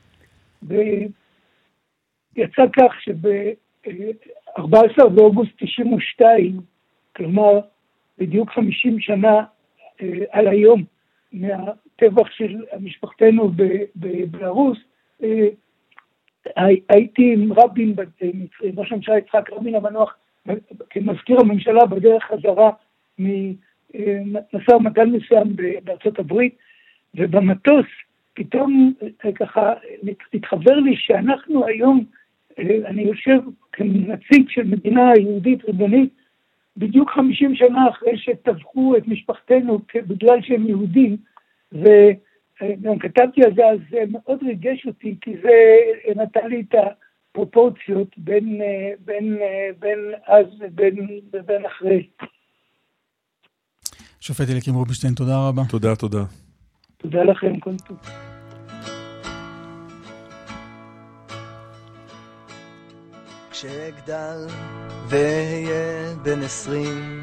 יצא כך שב-ארבעה עשר באוגוסט תשעים ושתיים, כלומר בדיוק חמישים שנה על היום מהטבח של משפחתנו בבלרוס, הייתי עם רבין, ראש הממשלה יצחק רבין המנוח, כמזכיר הממשלה בדרך חזרה מנסה ומתן מסוים בארצות הברית, ובמטוס פתאום ככה התחבר לי שאנחנו היום, אני יושב כנציג של מדינה יהודית ריבונית, בדיוק חמישים שנה אחרי שטבחו את משפחתנו בגלל שהם יהודים, וגם כתבתי על זה, אז זה מאוד ריגש אותי, כי זה נתן לי את הפרופורציות בין, בין, בין אז ובין, ובין אחרי. שופט אליקים רובינשטיין, תודה רבה. תודה, תודה. תודה לכם, כל טוב. כשאגדל ואהיה בן עשרים,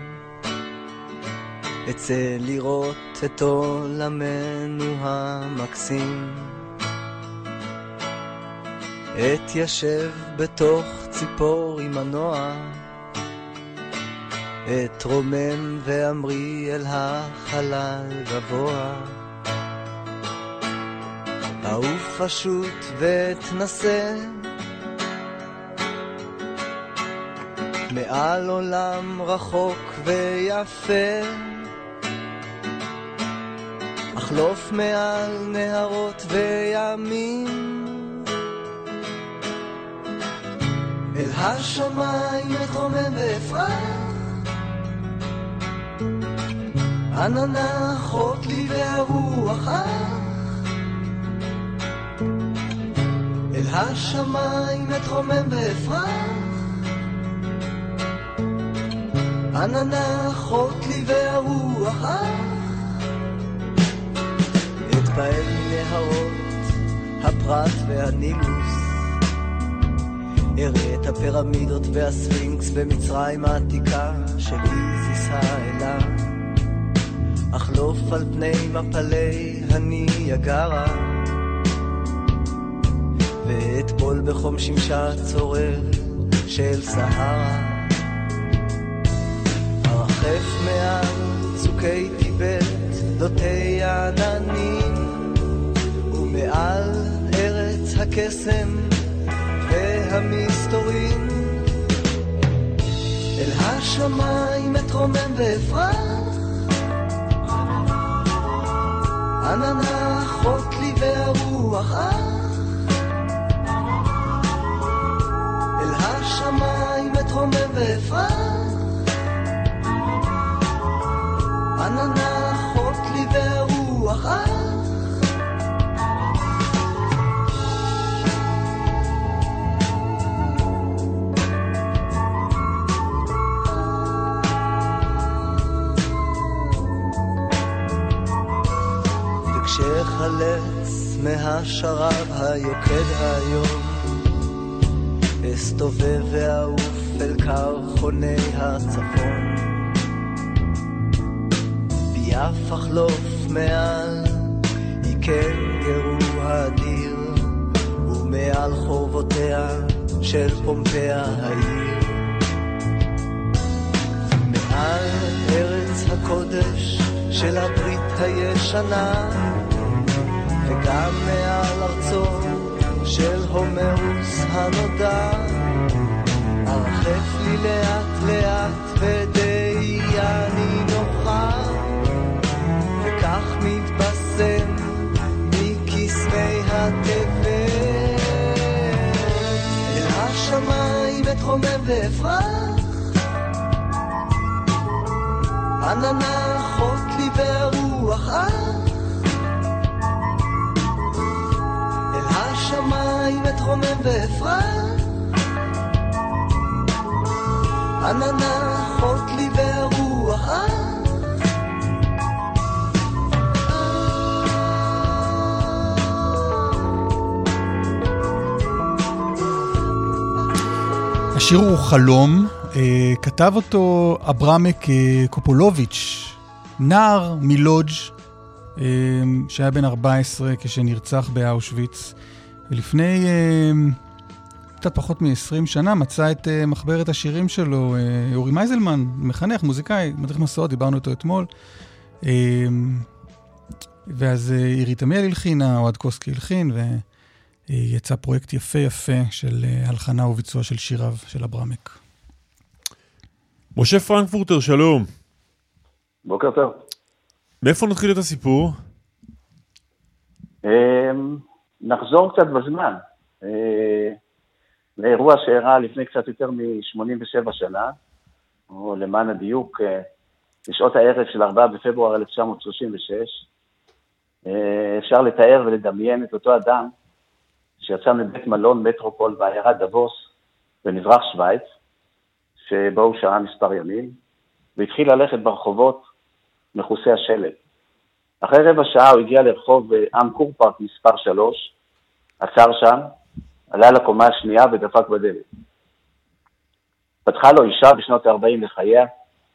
אצא לראות את עולמנו המקסים, אתיישב בתוך ציפור עם מנוע, אתרומם ואמרי אל החלל גבוה, אעוף פשוט ואתנסה מעל עולם רחוק ויפה, אחלוף מעל נהרות וימים, אל השמיים אתרומם ואפרח, עננה אחות לי והרוח אח, אל השמיים אתרומם ואפרח, עננה אחות לי והרוח אח, אתפעל מנהרות הפרת והנילוס, אראה את הפירמידות והספינקס במצרים העתיקה של איזיס האלה, אחלוף על פני מפלי הניאגרה, ואטבול בחום שמשה צורר של סהרה, ארחף מעל צוקי טיבט דותי העננים, ומעל ארץ הקסם והמסתורים, אל השמיים אתרומם ואפרח, עננה אחות לי והרוח אח, אל השמיים אתרומם ואפרח, עננה אחות לי והרוח אח, וכשחלץ מהשרב היוקד היום, אסתובב ואעוף אל קרחוני הצפון, ביעף אחלוף מעל עיקר גרוע אדיר, ומעל חורבותיה של פומפיה העיר, מעל ארץ הקודש של הברית הישנה, וגם מעל ארצו של הומרוס הנודע, ארחף לי לאט לאט ודאי אני נוחה, וכך מתבשם מקסמי התבל, אל השמיים אתרומם ואפרח, עננה אחות לי והרוח אח, אל השמיים אתרומם ואפרח, עננה אחות לי והרוח אח, השיר הוא חלום, כתב אותו אברמק קופולוביץ', נער מלודג' שהיה בן ארבע עשרה כשנרצח באושוויץ, ולפני קצת פחות מ-עשרים שנה מצא את מחברת השירים שלו אורי מייזלמן, מחנך, מוזיקאי, מדריך מסעות, דיברנו איתו אתמול, ואז עירית עמיאל הלחינה, אוהד קוסקי הלחין, יצא פרויקט יפה יפה של הלחנה וביצוע של שיריו של אברמק. משה פרנקפורטר, שלום. בוקר טוב. מאיפה נתחיל את הסיפור? נחזור קצת בזמן. לאירוע שאירע לפני קצת יותר מ-שמונים ושבע שנה, או למען הדיוק, בשעות הערב של ארבעה בפברואר אלף תשע מאות שלושים ושש, אפשר לתאר ולדמיין את אותו אדם שיצא מבית מלון מטרופול בעיירת דבוס במזרח שוויץ, שבו הוא שעה מספר ימים, והתחיל ללכת ברחובות מחוסי השלג. אחרי רבע שעה הוא הגיע לרחוב אנקור פארק מספר שלוש, עצר שם, עלה לקומה השנייה ודפק בדלת. פתחה לו אישה בשנות ה-ארבעים לחייה,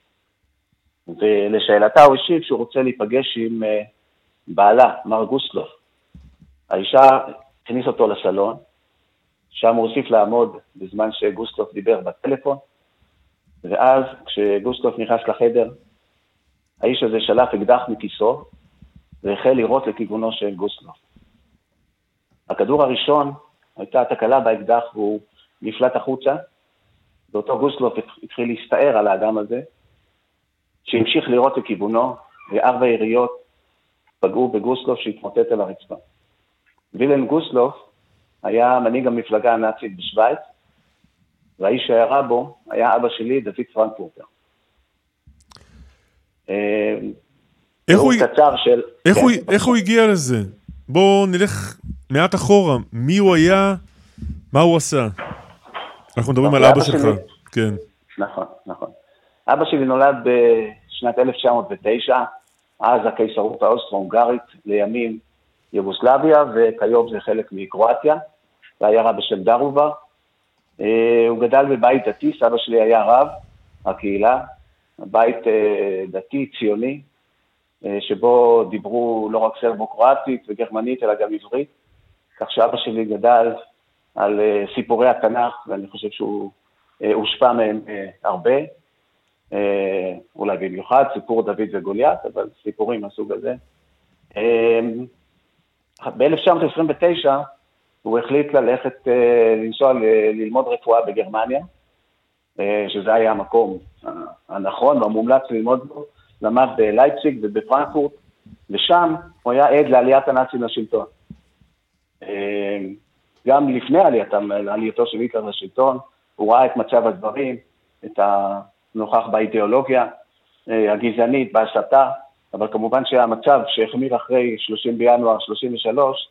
ולשאלתה הוא השיב שהוא רוצה להיפגש עם בעלה, מר גוסלוף. האישה הכניס אותו לסלון, שם הוא הוסיף לעמוד בזמן שגוסלוף דיבר בטלפון, ואז כשגוסלוף נכנס לחדר, האיש הזה שלף אקדח מכיסו, והחל לירות לכיוונו של גוסלוף. הכדור הראשון הייתה תקלה באקדח והוא נפלט החוצה, ואותו גוסלוף התחיל להסתער על האדם הזה, שהמשיך לירות לכיוונו, וארבע יריות פגעו בגוסלוף שהתמוטט על הרצפה. וילן גוסלוף היה מנהיג המפלגה הנאצית בשוויץ, והאיש שהירה בו היה אבא שלי, דוד פרנקפורטר. איך הוא, של... איך, כן, הוא, איך הוא הגיע לזה? בואו נלך מעט אחורה. מי הוא היה? מה הוא עשה? אנחנו מדברים על אבא שלך. כן. נכון, נכון. אבא שלי נולד בשנת אלף תשע מאות ותשע, אז הקיסרות האוסטרו-הונגרית, לימים יוגוסלביה, וכיום זה חלק מקרואטיה, בעיירה בשם דרובה. הוא גדל בבית דתי, סבא שלי היה רב, הקהילה, בית דתי, ציוני, שבו דיברו לא רק סרבו-קרואטית וגרמנית, אלא גם עברית, כך שאבא שלי גדל על סיפורי התנ"ך, ואני חושב שהוא הושפע מהם הרבה, אולי במיוחד, סיפור דוד וגוליית, אבל סיפורים מהסוג הזה. ב-אלף תשע מאות עשרים ותשע הוא החליט ללכת, לנסוע ללמוד רפואה בגרמניה, שזה היה המקום הנכון והמומלץ ללמוד בו, למד בלייפציג ובפרנקפורט, ושם הוא היה עד לעליית הנאצים לשלטון. גם לפני עלייתם, עלייתו של היטלר לשלטון, הוא ראה את מצב הדברים, את הנוכח באידיאולוגיה הגזענית, בהסתה, אבל כמובן שהמצב שהחמיר אחרי שלושים בינואר שלושים ושלוש,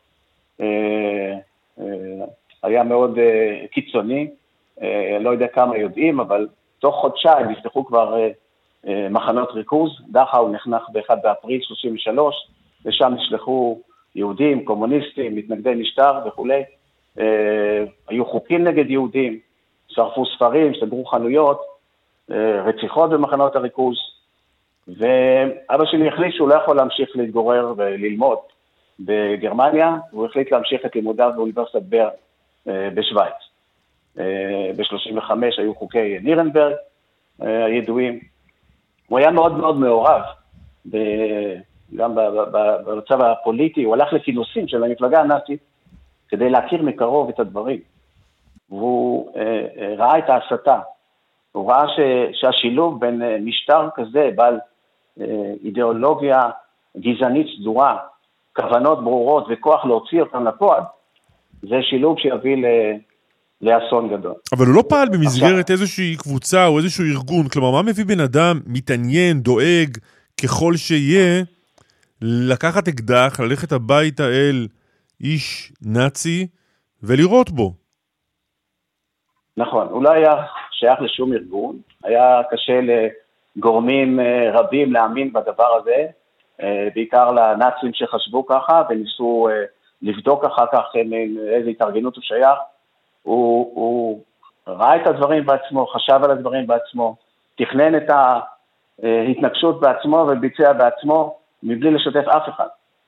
היה מאוד קיצוני, לא יודע כמה יודעים, אבל תוך חודשיים נפתחו כבר מחנות ריכוז, דכאו נחנך ב-אחד באפריל שלושים ושלוש, ושם נשלחו יהודים, קומוניסטים, מתנגדי משטר וכו'. היו חוקים נגד יהודים, שרפו ספרים, סגרו חנויות, רציחות במחנות הריכוז, ואבא שלי החליט שהוא לא יכול להמשיך להתגורר וללמוד בגרמניה, והוא החליט להמשיך את לימודיו באוניברסיטת בר בשוויץ. ב-שלושים וחמש היו חוקי נירנברג הידועים. הוא היה מאוד מאוד מעורב, גם במצב הפוליטי, הוא הלך לכינוסים של המפלגה הנאצית, כדי להכיר מקרוב את הדברים. והוא ראה את ההסתה, הוא ראה שהשילוב בין משטר כזה, בעל אידיאולוגיה גזענית סדורה, כוונות ברורות וכוח להוציא אותם לפועל, זה שילוב שיביא ל... לאסון גדול. אבל הוא לא פעל במסגרת איזושהי קבוצה או איזשהו ארגון, כלומר, מה מביא בן אדם מתעניין, דואג, ככל שיהיה, לקחת אקדח, ללכת הביתה אל איש נאצי ולראות בו? נכון, הוא לא היה שייך לשום ארגון, היה קשה לגורמים רבים להאמין בדבר הזה, בעיקר לנאצים שחשבו ככה וניסו לבדוק אחר כך איזה התארגנות הוא שייך. הוא, הוא ראה את הדברים בעצמו, חשב על הדברים בעצמו, תכנן את ההתנגשות בעצמו וביצע בעצמו, מבלי לשתף אף אחד.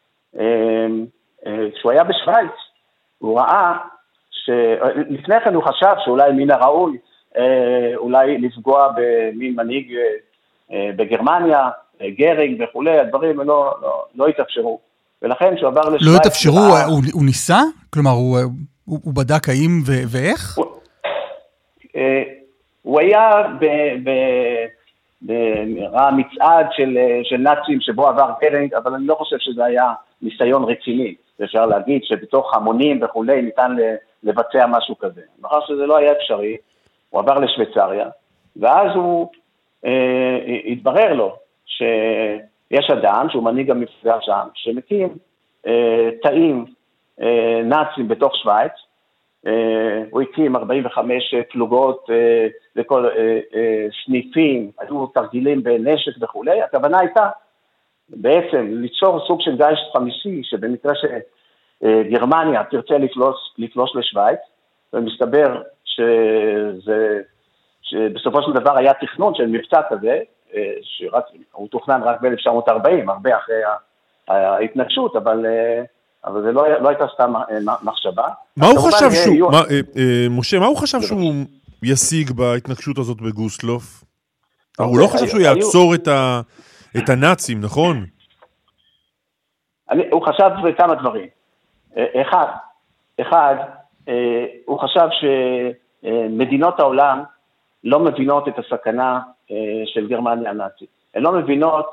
כשהוא היה בשוויץ, הוא ראה שלפני כן הוא חשב שאולי מן הראוי, אולי לפגוע במין מנהיג בגרמניה, גרינג וכו', הדברים לא, לא, לא התאפשרו. ולכן שהוא עבר לשוויץ... לא התאפשרו, הוא, הוא ניסה? כלומר, הוא, הוא, הוא בדק האם ו- ואיך? הוא, הוא היה ב... ב ראה מצעד של, של נאצים שבו עבר פרנג, אבל אני לא חושב שזה היה ניסיון רציני. אפשר להגיד שבתוך המונים וכולי ניתן לבצע משהו כזה. מאחר שזה לא היה אפשרי, הוא עבר לשוויצריה, ואז הוא אה, התברר לו שיש אדם, שהוא מנהיג המפלגה שם, שמקים אה, תאים אה, נאצים בתוך שוויץ, Uh, הוא הקים ארבעים וחמש פלוגות uh, לכל uh, uh, סניפים, היו תרגילים בנשק וכו'. הכוונה הייתה בעצם ליצור סוג של גיס חמישי, שבמקרה שגרמניה uh, תרצה לפלוש, לפלוש לשוויץ, ומסתבר שזה, שבסופו של דבר היה תכנון של מבצע כזה, uh, שהוא תוכנן רק ב-אלף תשע מאות ארבעים, הרבה אחרי ההתנגשות, אבל... Uh, אבל זה לא, לא הייתה סתם מחשבה. מה הוא חשב שהוא, מה, אה, אה, משה, מה הוא חשב שהוא ישיג בהתנגשות הזאת בגוסטלוף? הוא לא חשב שהוא יעצור את, ה, את הנאצים, נכון? אני, הוא חשב כמה דברים. אחד, אחד, הוא חשב שמדינות העולם לא מבינות את הסכנה של גרמניה הנאצית. הן לא מבינות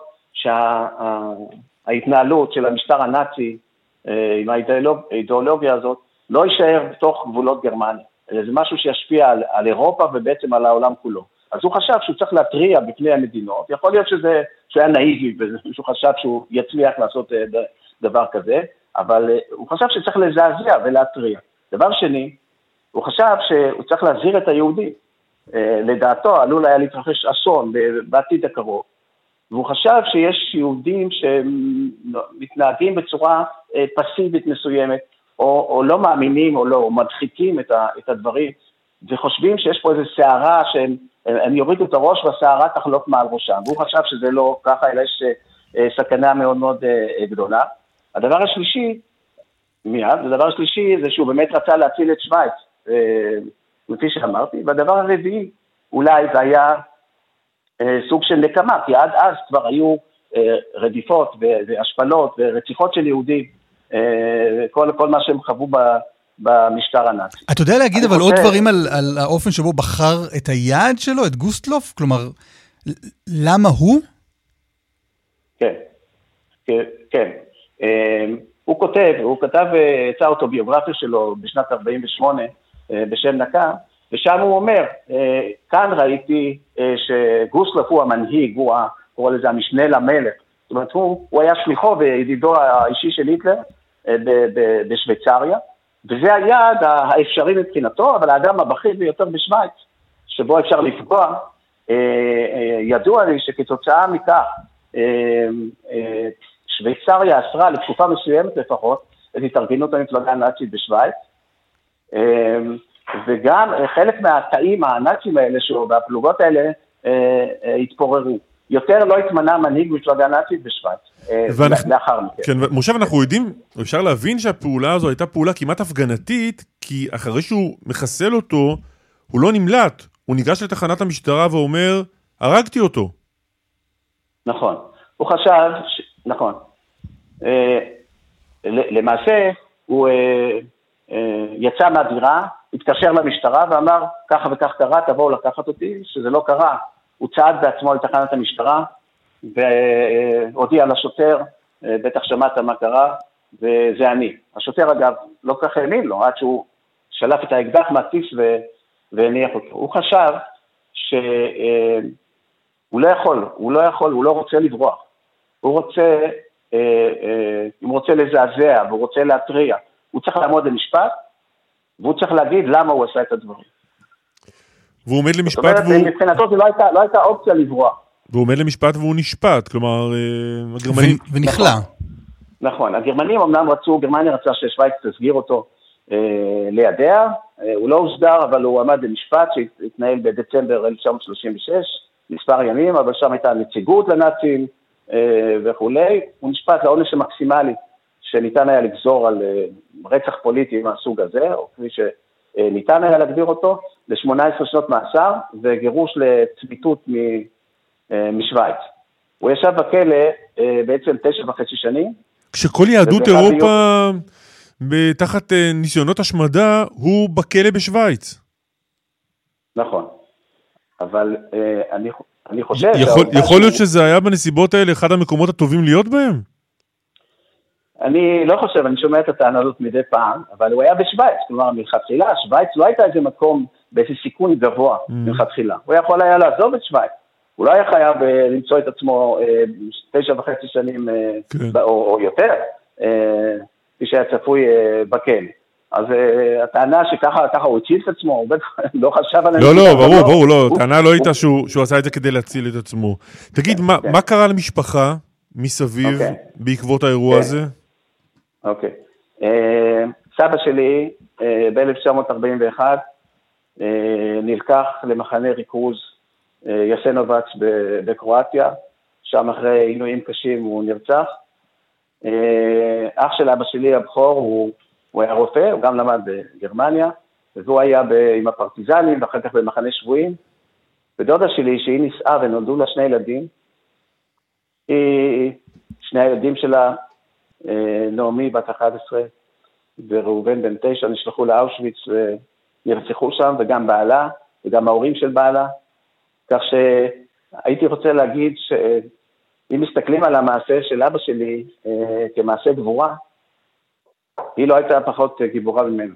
שההתנהלות של המשטר הנאצי, עם האידיאולוגיה הזאת, לא יישאר בתוך גבולות גרמניה. זה משהו שישפיע על, על אירופה ובעצם על העולם כולו. אז הוא חשב שהוא צריך להטריע בפני המדינות, יכול להיות שזה, שהוא היה נאיבי, שהוא חשב שהוא יצליח לעשות דבר כזה, אבל הוא חשב שצריך לזעזע ולהטריע. דבר שני, הוא חשב שהוא צריך להזהיר את היהודים. לדעתו עלול היה להתרחש אסון בעתיד הקרוב, והוא חשב שיש יהודים שמתנהגים בצורה פסיבית מסוימת, או, או לא מאמינים או לא, או מדחיקים את, ה, את הדברים, וחושבים שיש פה איזו שערה שהם הם יורידו את הראש והשערה תחלוק מעל ראשם. והוא חשב שזה לא ככה, אלא יש סכנה מאוד מאוד גדולה. הדבר השלישי, מיד, הדבר השלישי זה שהוא באמת רצה להציל את שוויץ, לפי שאמרתי, והדבר הרביעי, אולי זה היה סוג של נקמה, כי עד אז כבר היו רדיפות והשפלות ורציחות של יהודים, כל, כל מה שהם חוו במשטר הנאצי. אתה יודע להגיד אבל עוד דברים על, על האופן שבו בחר את היעד שלו, את גוסטלוף? כלומר, למה הוא? כן, כן. הוא כותב, הוא כתב את האוטוביוגרפיה שלו בשנת ארבעים ושמונה בשם נקה, ושם הוא אומר, כאן ראיתי שגוסטלוף הוא המנהיג, הוא קורא לזה המשנה למלך. זאת אומרת, הוא, הוא היה שליחו וידידו האישי של היטלר בשוויצריה, וזה היעד האפשרי מבחינתו, אבל האדם הבכיר ביותר בשוויץ, שבו אפשר לפגוע, ידוע לי שכתוצאה מכך, שוויצריה אסרה לתקופה מסוימת לפחות, את התארגנות המפלגה הנאצית בשוויץ, וגם חלק מהתאים הנאצים האלה, והפלוגות האלה התפוררו. יותר לא התמנה מנהיג מפלגה נאצית בשוויץ, לאחר מכן. כן, משה, אנחנו יודעים, אפשר להבין שהפעולה הזו הייתה פעולה כמעט הפגנתית, כי אחרי שהוא מחסל אותו, הוא לא נמלט, הוא ניגש לתחנת המשטרה ואומר, הרגתי אותו. נכון, הוא חשב, נכון. למעשה, הוא יצא מהדירה, התקשר למשטרה ואמר, ככה וכך קרה, תבואו לקחת אותי, שזה לא קרה. הוא צעד בעצמו לתחנת המשטרה, והודיע לשוטר, בטח שמעת מה קרה, וזה אני. השוטר אגב לא כך האמין לו, עד שהוא שלף את האקדח מהכיס והניח אותו. הוא חשב שהוא לא יכול, הוא לא יכול, הוא לא רוצה לברוח. הוא רוצה, הוא רוצה לזעזע, והוא רוצה להטריע. הוא צריך לעמוד למשפט, והוא צריך להגיד למה הוא עשה את הדברים. והוא עומד למשפט זאת אומרת, והוא... מבחינתו זה לא הייתה, לא הייתה אופציה לברוח. והוא עומד למשפט והוא נשפט, כלומר, הגרמנים... ונכלה. נכון, הגרמנים אמנם רצו, גרמניה רצה ששוויץ תסגיר אותו לידיה, הוא לא הוסדר, אבל הוא עמד למשפט שהתנהל בדצמבר אלף תשע מאות שלושים ושש, מספר ימים, אבל שם הייתה נציגות לנאצים וכו'. הוא נשפט לעונש המקסימלי שניתן היה לגזור על רצח פוליטי מהסוג הזה, או כפי שניתן היה להגדיר אותו, ל-שמונה עשרה שנות מאסר וגירוש לצמיתות משוויץ. הוא ישב בכלא בעצם תשע וחצי שנים. כשכל יהדות אירופה תחת ניסיונות השמדה, הוא בכלא בשוויץ. נכון. אבל אני, אני חושב... יכול, יכול להיות שזה היה בנסיבות האלה אחד המקומות הטובים להיות בהם? אני לא חושב, אני שומע את הטענה הזאת מדי פעם, אבל הוא היה בשוויץ, כלומר, מלכתחילה, שוויץ לא הייתה איזה מקום באיזה סיכון גבוה מלכתחילה. הוא יכול היה לעזוב את שוויץ. הוא לא היה חייב למצוא את עצמו תשע וחצי שנים או יותר, כפי שהיה צפוי בכלא. אז הטענה שככה הוא הציל את עצמו, הוא לא חשב על... לא, לא, ברור, ברור, לא. הטענה לא הייתה שהוא עשה את זה כדי להציל את עצמו. תגיד, מה קרה למשפחה מסביב בעקבות האירוע הזה? אוקיי. סבא שלי ב-אלף תשע מאות ארבעים ואחת נלקח למחנה ריכוז יסנובץ בקרואטיה, שם אחרי עינויים קשים הוא נרצח. אח של אבא שלי הבכור הוא, הוא היה רופא, הוא גם למד בגרמניה, והוא היה ב, עם הפרטיזנים ואחר כך במחנה שבויים. ודודה שלי שהיא נישאה ונולדו לה שני ילדים, היא, שני הילדים שלה, נעמי בת אחת עשרה וראובן בן תשע, נשלחו לאושוויץ ונרצחו שם, וגם בעלה וגם ההורים של בעלה. כך שהייתי רוצה להגיד שאם מסתכלים על המעשה של אבא שלי אה, כמעשה גבורה, היא לא הייתה פחות גיבורה ממנו.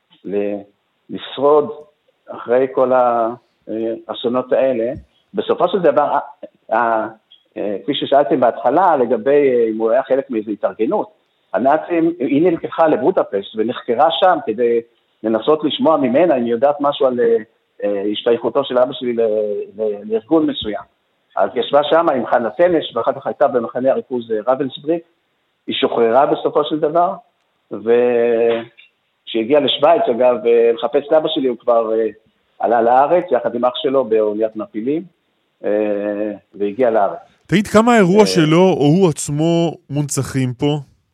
לשרוד אחרי כל האסונות האלה, בסופו של דבר, אה, אה, כפי ששאלתם בהתחלה, לגבי אם הוא היה חלק מאיזו התארגנות, הנאצים, היא נלקחה לבודפשט ונחקרה שם כדי לנסות לשמוע ממנה, אם היא יודעת משהו על... השתייכותו של אבא שלי לארגון מסוים. אז ישבה שם עם חנה סנש, ואחר כך הייתה במחנה הריכוז רבנסבריק, היא שוחררה בסופו של דבר, וכשהגיעה לשוויץ, אגב, לחפש את אבא שלי, הוא כבר עלה לארץ, יחד עם אח שלו באוניית מפילים, והגיע לארץ. תגיד, כמה האירוע שלו, או הוא עצמו, מונצחים פה?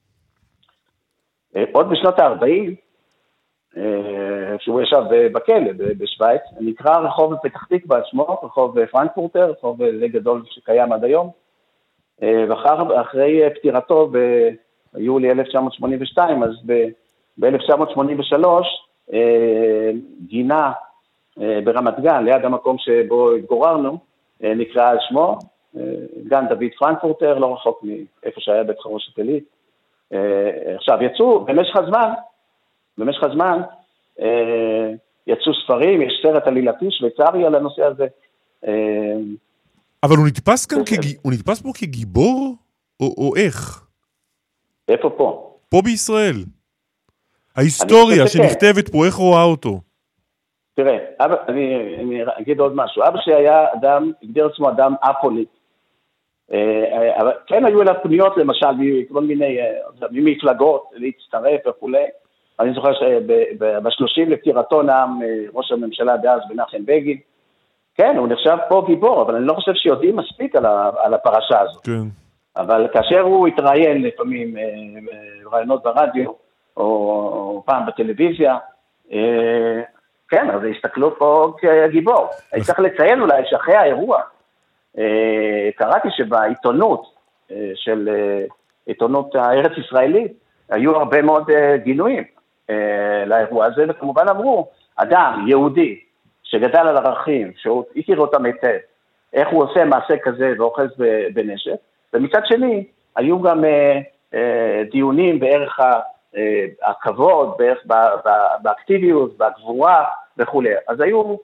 עוד בשנות ה-ארבעים, שהוא ישב בכלא בשוויץ, נקרא רחוב פתח תקווה שמו, רחוב פרנקפורטר, רחוב זה גדול שקיים עד היום, ואחרי פטירתו ביולי אלף תשע מאות שמונים ושתיים, אז ב-אלף תשע מאות שמונים ושלוש גינה ברמת גן, ליד המקום שבו התגוררנו, נקרא על שמו, גן דוד פרנקפורטר, לא רחוק מאיפה שהיה בית חרושת עילית. עכשיו יצאו במשך הזמן, במשך הזמן אה, יצאו ספרים, יש סרט עלילתי שוויצרי על הנושא הזה. אה, אבל הוא נתפס כאן, כג... הוא נתפס פה כגיבור, או, או איך? איפה פה? פה בישראל. ההיסטוריה שנכתבת פה, איך רואה אותו? תראה, אבא, אני, אני אגיד עוד משהו. אבא שלי היה אדם, הגדיר עצמו אדם אפוליט. אה, אבל כן היו אליו פניות, למשל, מכל מיני, ממפלגות, להצטרף וכולי. אני זוכר שבשלושים לפטירתו נאם ראש הממשלה דאז מנחם בגין. כן, הוא נחשב פה גיבור, אבל אני לא חושב שיודעים מספיק על הפרשה הזאת. כן. אבל כאשר הוא התראיין לפעמים רעיונות ברדיו, או פעם בטלוויזיה, כן, אז הסתכלו פה כגיבור. אני צריך לציין אולי שאחרי האירוע, קראתי שבעיתונות של עיתונות הארץ ישראלית, היו הרבה מאוד גינויים לאירוע הזה, וכמובן אמרו, אדם יהודי שגדל על ערכים, שהוא הכיר אותם היטב, איך הוא עושה מעשה כזה ואוחז בנשק, ומצד שני, היו גם דיונים בערך הכבוד, בערך באקטיביות, בגבורה וכו'. אז היו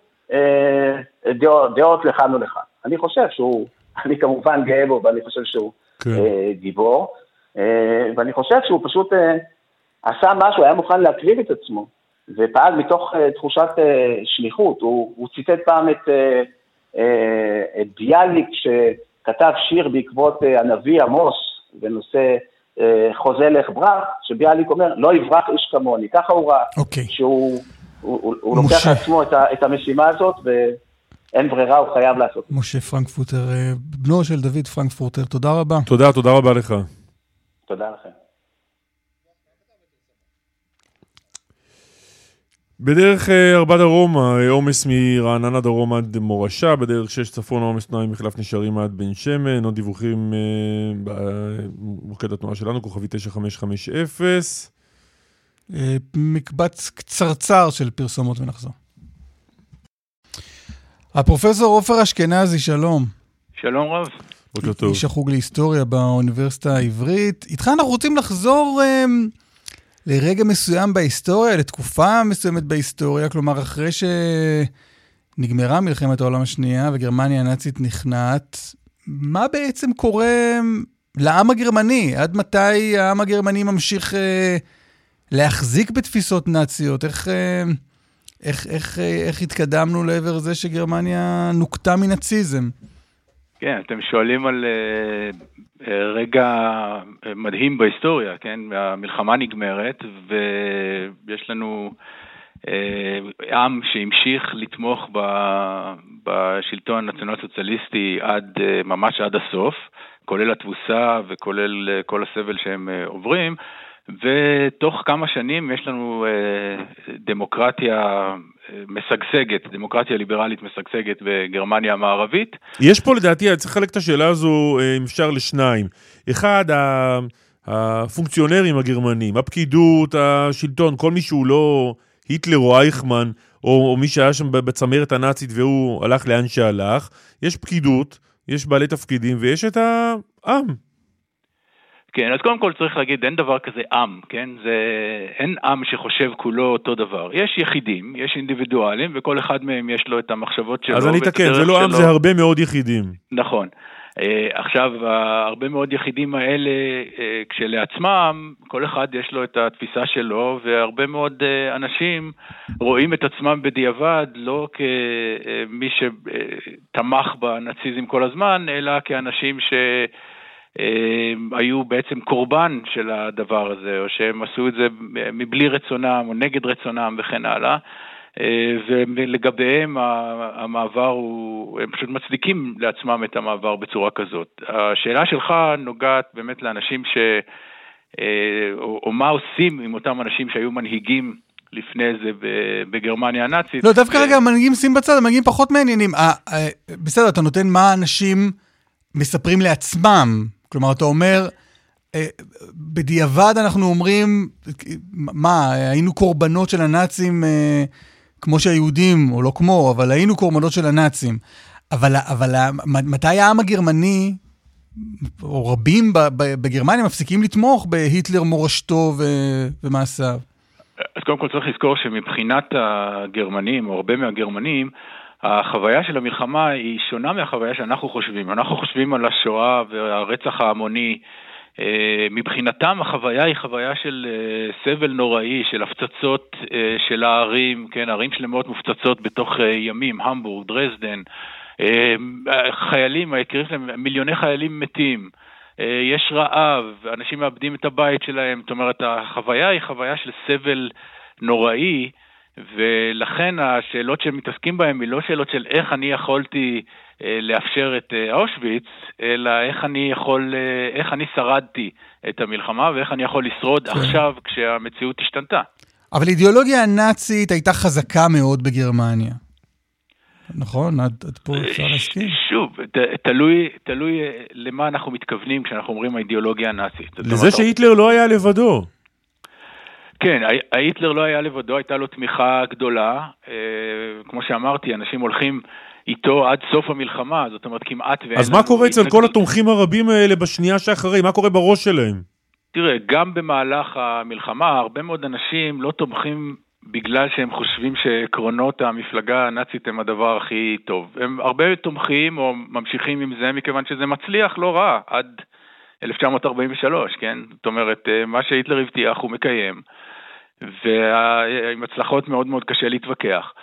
דעות לכאן ולכאן. אני חושב שהוא, אני כמובן גאה בו, ואני חושב שהוא גיבור, ואני חושב שהוא פשוט עשה משהו, היה מוכן להקריב את עצמו, ופעל מתוך תחושת שליחות. הוא, הוא ציטט פעם את, את ביאליק, שכתב שיר בעקבות הנביא עמוס, בנושא חוזה לך ברח, שביאליק אומר, לא יברח איש כמוני. ככה הוא ראה, okay. שהוא הוא, הוא לוקח לעצמו את, ה, את המשימה הזאת, ואין ברירה, הוא חייב לעשות. משה פרנקפורטר, בנו של דוד פרנקפורטר, תודה רבה. תודה, תודה רבה לך. תודה לכם. בדרך ארבע דרומה, עומס מרעננה דרום עד מורשה, בדרך שש צפון עומס תנועה מחלף נשארים עד בן שמן, עוד דיווחים במוקד התנועה שלנו, כוכבי תשע חמש חמש אפס. מקבץ קצרצר של פרסומות ונחזור. הפרופסור עופר אשכנזי, שלום. שלום רב. בוקר טוב. איש החוג להיסטוריה באוניברסיטה העברית. איתך אנחנו רוצים לחזור אה, לרגע מסוים בהיסטוריה, לתקופה מסוימת בהיסטוריה, כלומר אחרי שנגמרה מלחמת העולם השנייה וגרמניה הנאצית נכנעת, מה בעצם קורה לעם הגרמני? עד מתי העם הגרמני ממשיך אה, להחזיק בתפיסות נאציות? איך... אה, איך, איך, איך התקדמנו לעבר זה שגרמניה נוקטה מנאציזם? כן, אתם שואלים על uh, רגע מדהים בהיסטוריה, כן? המלחמה נגמרת, ויש לנו uh, עם שהמשיך לתמוך ב, בשלטון הנציונל סוציאליסטי עד, uh, ממש עד הסוף, כולל התבוסה וכולל uh, כל הסבל שהם uh, עוברים, ותוך כמה שנים יש לנו אה, דמוקרטיה אה, משגשגת, דמוקרטיה ליברלית משגשגת בגרמניה המערבית. יש פה לדעתי, אני צריך לחלק את השאלה הזו, אם אפשר, לשניים. אחד, הפונקציונרים הגרמנים, הפקידות, השלטון, כל מי שהוא לא היטלר או אייכמן, או, או מי שהיה שם בצמרת הנאצית והוא הלך לאן שהלך, יש פקידות, יש בעלי תפקידים, ויש את העם. כן, אז קודם כל צריך להגיד, אין דבר כזה עם, כן? זה, אין עם שחושב כולו אותו דבר. יש יחידים, יש אינדיבידואלים, וכל אחד מהם יש לו את המחשבות שלו. אז אני אתקן, זה לא עם, זה הרבה מאוד יחידים. נכון. עכשיו, הרבה מאוד יחידים האלה, כשלעצמם, כל אחד יש לו את התפיסה שלו, והרבה מאוד אנשים רואים את עצמם בדיעבד, לא כמי שתמך בנאציזם כל הזמן, אלא כאנשים ש... היו בעצם קורבן של הדבר הזה, או שהם עשו את זה מבלי רצונם, או נגד רצונם וכן הלאה, ולגביהם המעבר הוא, הם פשוט מצדיקים לעצמם את המעבר בצורה כזאת. השאלה שלך נוגעת באמת לאנשים ש... או, או מה עושים עם אותם אנשים שהיו מנהיגים לפני זה בגרמניה הנאצית. לא, דווקא רגע, מנהיגים שים בצד, מנהיגים פחות מעניינים. בסדר, אתה נותן מה אנשים מספרים לעצמם. כלומר, אתה אומר, בדיעבד אנחנו אומרים, מה, היינו קורבנות של הנאצים, כמו שהיהודים, או לא כמו, אבל היינו קורבנות של הנאצים. אבל, אבל מתי העם הגרמני, או רבים בגרמניה, מפסיקים לתמוך בהיטלר מורשתו ומעשיו? אז קודם כל צריך לזכור שמבחינת הגרמנים, או הרבה מהגרמנים, החוויה של המלחמה היא שונה מהחוויה שאנחנו חושבים. אנחנו חושבים על השואה והרצח ההמוני. מבחינתם החוויה היא חוויה של סבל נוראי, של הפצצות של הערים, כן, ערים שלמות מופצצות בתוך ימים, המבורג, דרזדן. חיילים, היקירים שלהם, מיליוני חיילים מתים. יש רעב, אנשים מאבדים את הבית שלהם. זאת אומרת, החוויה היא חוויה של סבל נוראי, ולכן השאלות שמתעסקים בהן היא לא שאלות של איך אני יכולתי לאפשר את אושוויץ, אלא איך אני יכול, איך אני שרדתי את המלחמה, ואיך אני יכול לשרוד עכשיו כשהמציאות השתנתה. אבל האידיאולוגיה הנאצית הייתה חזקה מאוד בגרמניה. נכון? עד, עד פה אפשר להסכים? שוב, ת, תלוי, תלוי למה אנחנו מתכוונים כשאנחנו אומרים האידיאולוגיה הנאצית. לזה שהיטלר לא היה לבדו. כן, היטלר לא היה לבדו, הייתה לו תמיכה גדולה. כמו שאמרתי, אנשים הולכים איתו עד סוף המלחמה, זאת אומרת כמעט ואין... אז מה קורה אצל כל התומכים הרבים האלה בשנייה שאחרי? מה קורה בראש שלהם? תראה, גם במהלך המלחמה, הרבה מאוד אנשים לא תומכים בגלל שהם חושבים שעקרונות המפלגה הנאצית הם הדבר הכי טוב. הם הרבה תומכים או ממשיכים עם זה מכיוון שזה מצליח לא רע עד אלף תשע מאות ארבעים ושלוש, כן? זאת אומרת, מה שהיטלר הבטיח הוא מקיים, ועם הצלחות מאוד מאוד קשה להתווכח.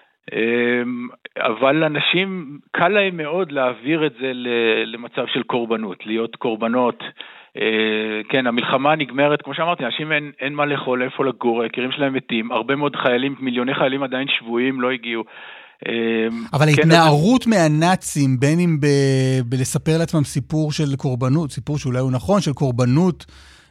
אבל אנשים, קל להם מאוד להעביר את זה למצב של קורבנות, להיות קורבנות. כן, המלחמה נגמרת, כמו שאמרתי, אנשים אין, אין מה לאכול, איפה לגור, היקירים שלהם מתים, הרבה מאוד חיילים, מיליוני חיילים עדיין שבויים, לא הגיעו. אבל ההתנערות מהנאצים, בין אם ב- בלספר לעצמם סיפור של קורבנות, סיפור שאולי הוא נכון, של קורבנות,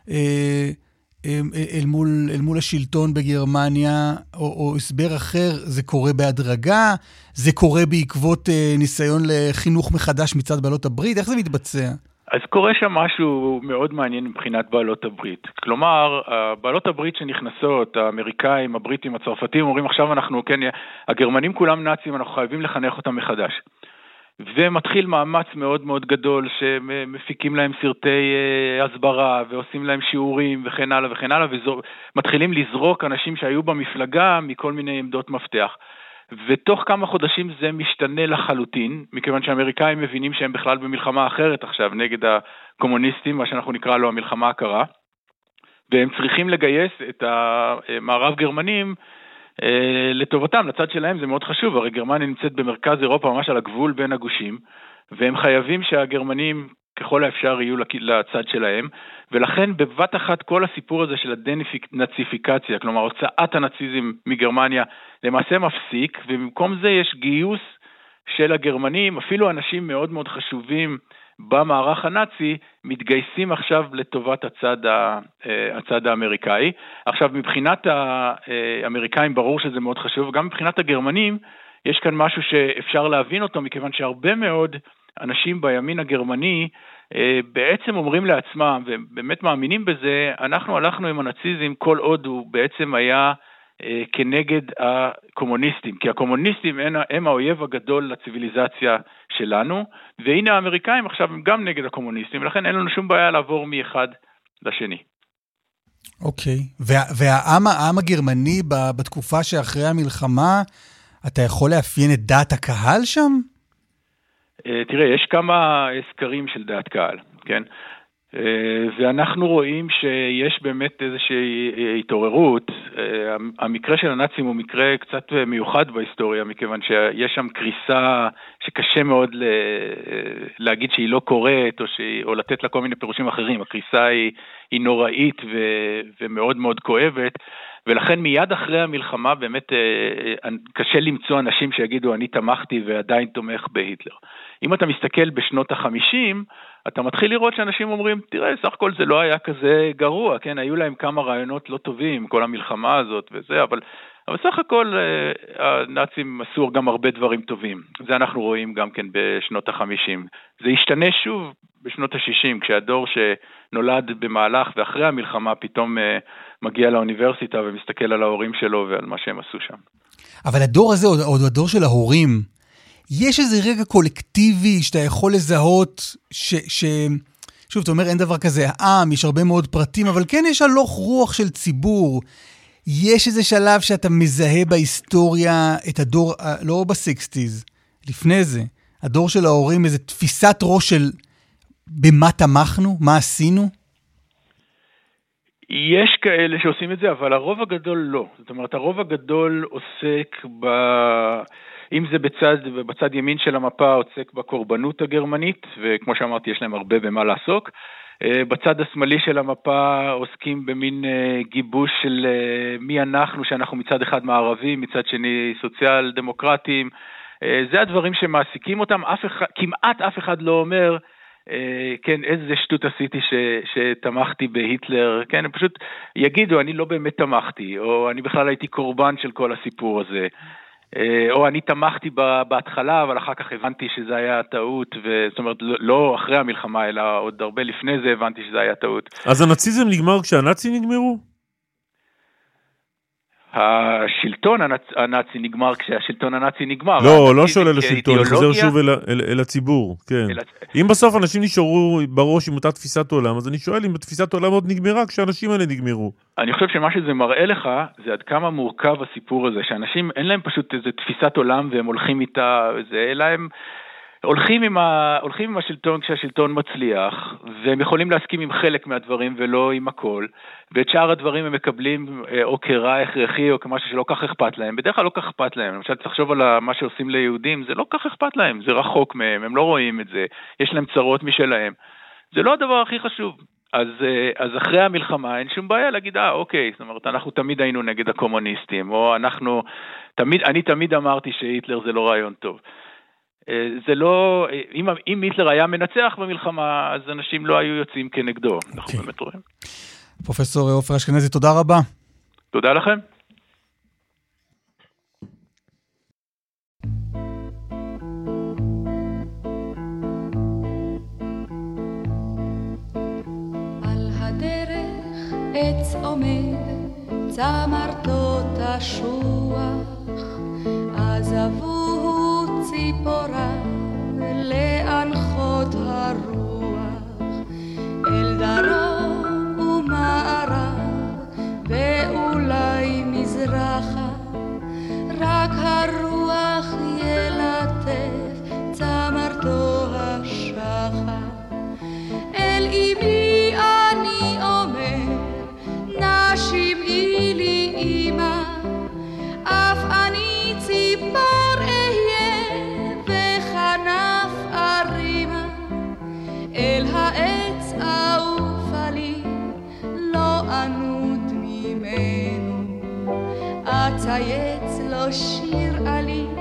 אל מול, אל מול השלטון בגרמניה, או, או הסבר אחר, זה קורה בהדרגה, זה קורה בעקבות ניסיון לחינוך מחדש מצד בעלות הברית, איך זה מתבצע? אז קורה שם משהו מאוד מעניין מבחינת בעלות הברית. כלומר, בעלות הברית שנכנסות, האמריקאים, הבריטים, הצרפתים, אומרים עכשיו אנחנו, כן, הגרמנים כולם נאצים, אנחנו חייבים לחנך אותם מחדש. ומתחיל מאמץ מאוד מאוד גדול שמפיקים להם סרטי הסברה ועושים להם שיעורים וכן הלאה וכן הלאה, ומתחילים לזרוק אנשים שהיו במפלגה מכל מיני עמדות מפתח. ותוך כמה חודשים זה משתנה לחלוטין, מכיוון שהאמריקאים מבינים שהם בכלל במלחמה אחרת עכשיו נגד הקומוניסטים, מה שאנחנו נקרא לו המלחמה הקרה, והם צריכים לגייס את המערב גרמנים לטובתם, לצד שלהם זה מאוד חשוב, הרי גרמניה נמצאת במרכז אירופה ממש על הגבול בין הגושים, והם חייבים שהגרמנים ככל האפשר יהיו לצד שלהם, ולכן בבת אחת כל הסיפור הזה של הדנאציפיקציה, כלומר הוצאת הנאציזם מגרמניה, למעשה מפסיק, ובמקום זה יש גיוס של הגרמנים, אפילו אנשים מאוד מאוד חשובים במערך הנאצי, מתגייסים עכשיו לטובת הצד, ה, הצד האמריקאי. עכשיו מבחינת האמריקאים ברור שזה מאוד חשוב, גם מבחינת הגרמנים יש כאן משהו שאפשר להבין אותו, מכיוון שהרבה מאוד אנשים בימין הגרמני בעצם אומרים לעצמם, ובאמת מאמינים בזה, אנחנו הלכנו עם הנאציזם כל עוד הוא בעצם היה כנגד הקומוניסטים, כי הקומוניסטים הם, הם האויב הגדול לציביליזציה שלנו, והנה האמריקאים עכשיו הם גם נגד הקומוניסטים, ולכן אין לנו שום בעיה לעבור מאחד לשני. אוקיי, וה, והעם העם הגרמני בתקופה שאחרי המלחמה, אתה יכול לאפיין את דעת הקהל שם? תראה, יש כמה סקרים של דעת קהל, כן? ואנחנו רואים שיש באמת איזושהי התעוררות. המקרה של הנאצים הוא מקרה קצת מיוחד בהיסטוריה, מכיוון שיש שם קריסה שקשה מאוד להגיד שהיא לא קורית, או, שהיא, או לתת לה כל מיני פירושים אחרים. הקריסה היא, היא נוראית ו, ומאוד מאוד כואבת, ולכן מיד אחרי המלחמה באמת קשה למצוא אנשים שיגידו אני תמכתי ועדיין תומך בהיטלר. אם אתה מסתכל בשנות החמישים, אתה מתחיל לראות שאנשים אומרים, תראה, סך הכל זה לא היה כזה גרוע, כן? היו להם כמה רעיונות לא טובים, כל המלחמה הזאת וזה, אבל, אבל סך הכל הנאצים עשו גם הרבה דברים טובים. זה אנחנו רואים גם כן בשנות החמישים. זה השתנה שוב בשנות השישים, כשהדור שנולד במהלך ואחרי המלחמה פתאום מגיע לאוניברסיטה ומסתכל על ההורים שלו ועל מה שהם עשו שם. אבל הדור הזה, עוד הדור של ההורים, יש איזה רגע קולקטיבי שאתה יכול לזהות, ש, ש... שוב, אתה אומר, אין דבר כזה העם, יש הרבה מאוד פרטים, אבל כן יש הלוך רוח של ציבור. יש איזה שלב שאתה מזהה בהיסטוריה את הדור, לא בסיקסטיז, לפני זה, הדור של ההורים, איזו תפיסת ראש של במה תמכנו, מה עשינו? יש כאלה שעושים את זה, אבל הרוב הגדול לא. זאת אומרת, הרוב הגדול עוסק ב... אם זה בצד, בצד ימין של המפה עוסק בקורבנות הגרמנית, וכמו שאמרתי, יש להם הרבה במה לעסוק. בצד השמאלי של המפה עוסקים במין גיבוש של מי אנחנו, שאנחנו מצד אחד מערבים, מצד שני סוציאל דמוקרטים. זה הדברים שמעסיקים אותם. אף אחד, כמעט אף אחד לא אומר, כן, איזה שטות עשיתי ש, שתמכתי בהיטלר. כן, הם פשוט יגידו, אני לא באמת תמכתי, או אני בכלל הייתי קורבן של כל הסיפור הזה. או אני תמכתי בהתחלה, אבל אחר כך הבנתי שזה היה טעות, זאת אומרת, לא אחרי המלחמה, אלא עוד הרבה לפני זה הבנתי שזה היה טעות. אז הנאציזם נגמר כשהנאצים נגמרו? השלטון הנאצי נגמר כשהשלטון הנאצי נגמר. לא, לא שואל על השלטון, אני חוזר שוב אל, אל, אל הציבור, כן. אל... אם בסוף אנשים נשארו בראש עם אותה תפיסת עולם, אז אני שואל אם תפיסת עולם עוד נגמרה כשאנשים האלה נגמרו. אני חושב שמה שזה מראה לך, זה עד כמה מורכב הסיפור הזה, שאנשים אין להם פשוט איזו תפיסת עולם והם הולכים איתה, וזה, אלא הם הולכים עם, ה... הולכים עם השלטון כשהשלטון מצליח, והם יכולים להסכים עם חלק מהדברים ולא עם הכל, ואת שאר הדברים הם מקבלים או כרע הכרחי או כמשהו שלא כך אכפת להם. בדרך כלל לא כך אכפת להם. למשל, תחשוב על מה שעושים ליהודים, זה לא כך אכפת להם, זה רחוק מהם, הם לא רואים את זה, יש להם צרות משלהם. זה לא הדבר הכי חשוב. אז, אז אחרי המלחמה אין שום בעיה להגיד, אה, אוקיי, זאת אומרת, אנחנו תמיד היינו נגד הקומוניסטים, או אנחנו, תמיד, אני תמיד אמרתי שהיטלר זה לא רעיון טוב. זה לא, אם, אם היטלר היה מנצח במלחמה, אז אנשים לא היו יוצאים כנגדו. Okay. אנחנו באמת רואים. פרופסור עופר אשכנזי, תודה רבה. תודה לכם. העץ עומד, צמרתו תשוח, עזבוהו ציפורה להנחות הרוח, אל דרום ומערב ואולי מזרחה, רק הרוח ילטף צמרתו השחר. אל אמי אני אומר, נשמעי לי אמא, אף אני ציפור אהיה וכנף ארימה, אל העץ אעופה לי, לא אנוד ממנו, אצייץ לו שיר עליז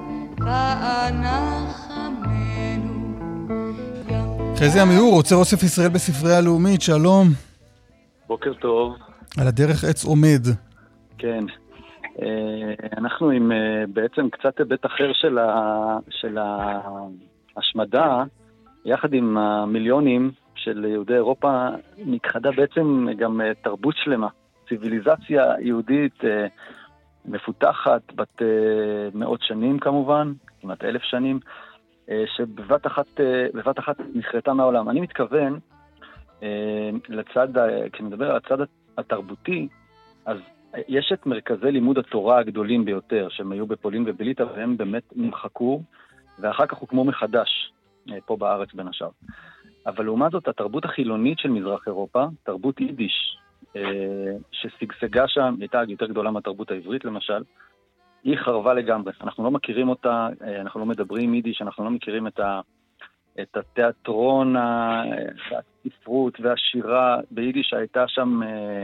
ואנחמנו. חזי עמיור, עוצר אוסף ישראל בספרייה הלאומית, שלום. בוקר טוב. על הדרך עץ עומד. כן. אנחנו עם בעצם קצת היבט אחר של, ה... של ההשמדה, יחד עם המיליונים של יהודי אירופה, נכחדה בעצם גם תרבות שלמה, ציוויליזציה יהודית מפותחת, בת מאות שנים כמובן, כמעט אלף שנים, שבבת אחת, בבת אחת נחרטה מהעולם. אני מתכוון, לצד, כשנדבר על הצד התרבותי, אז יש את מרכזי לימוד התורה הגדולים ביותר, שהם היו בפולין ובליטא, והם באמת נמחקו, ואחר כך הוקמו מחדש, פה בארץ בין השאר. אבל לעומת זאת, התרבות החילונית של מזרח אירופה, תרבות יידיש, ששגשגה שם, הייתה יותר גדולה מהתרבות העברית למשל, היא חרבה לגמרי. אנחנו לא מכירים אותה, אנחנו לא מדברים יידיש, אנחנו לא מכירים את, ה, את התיאטרון, הספרות והשירה ביידיש שהייתה שם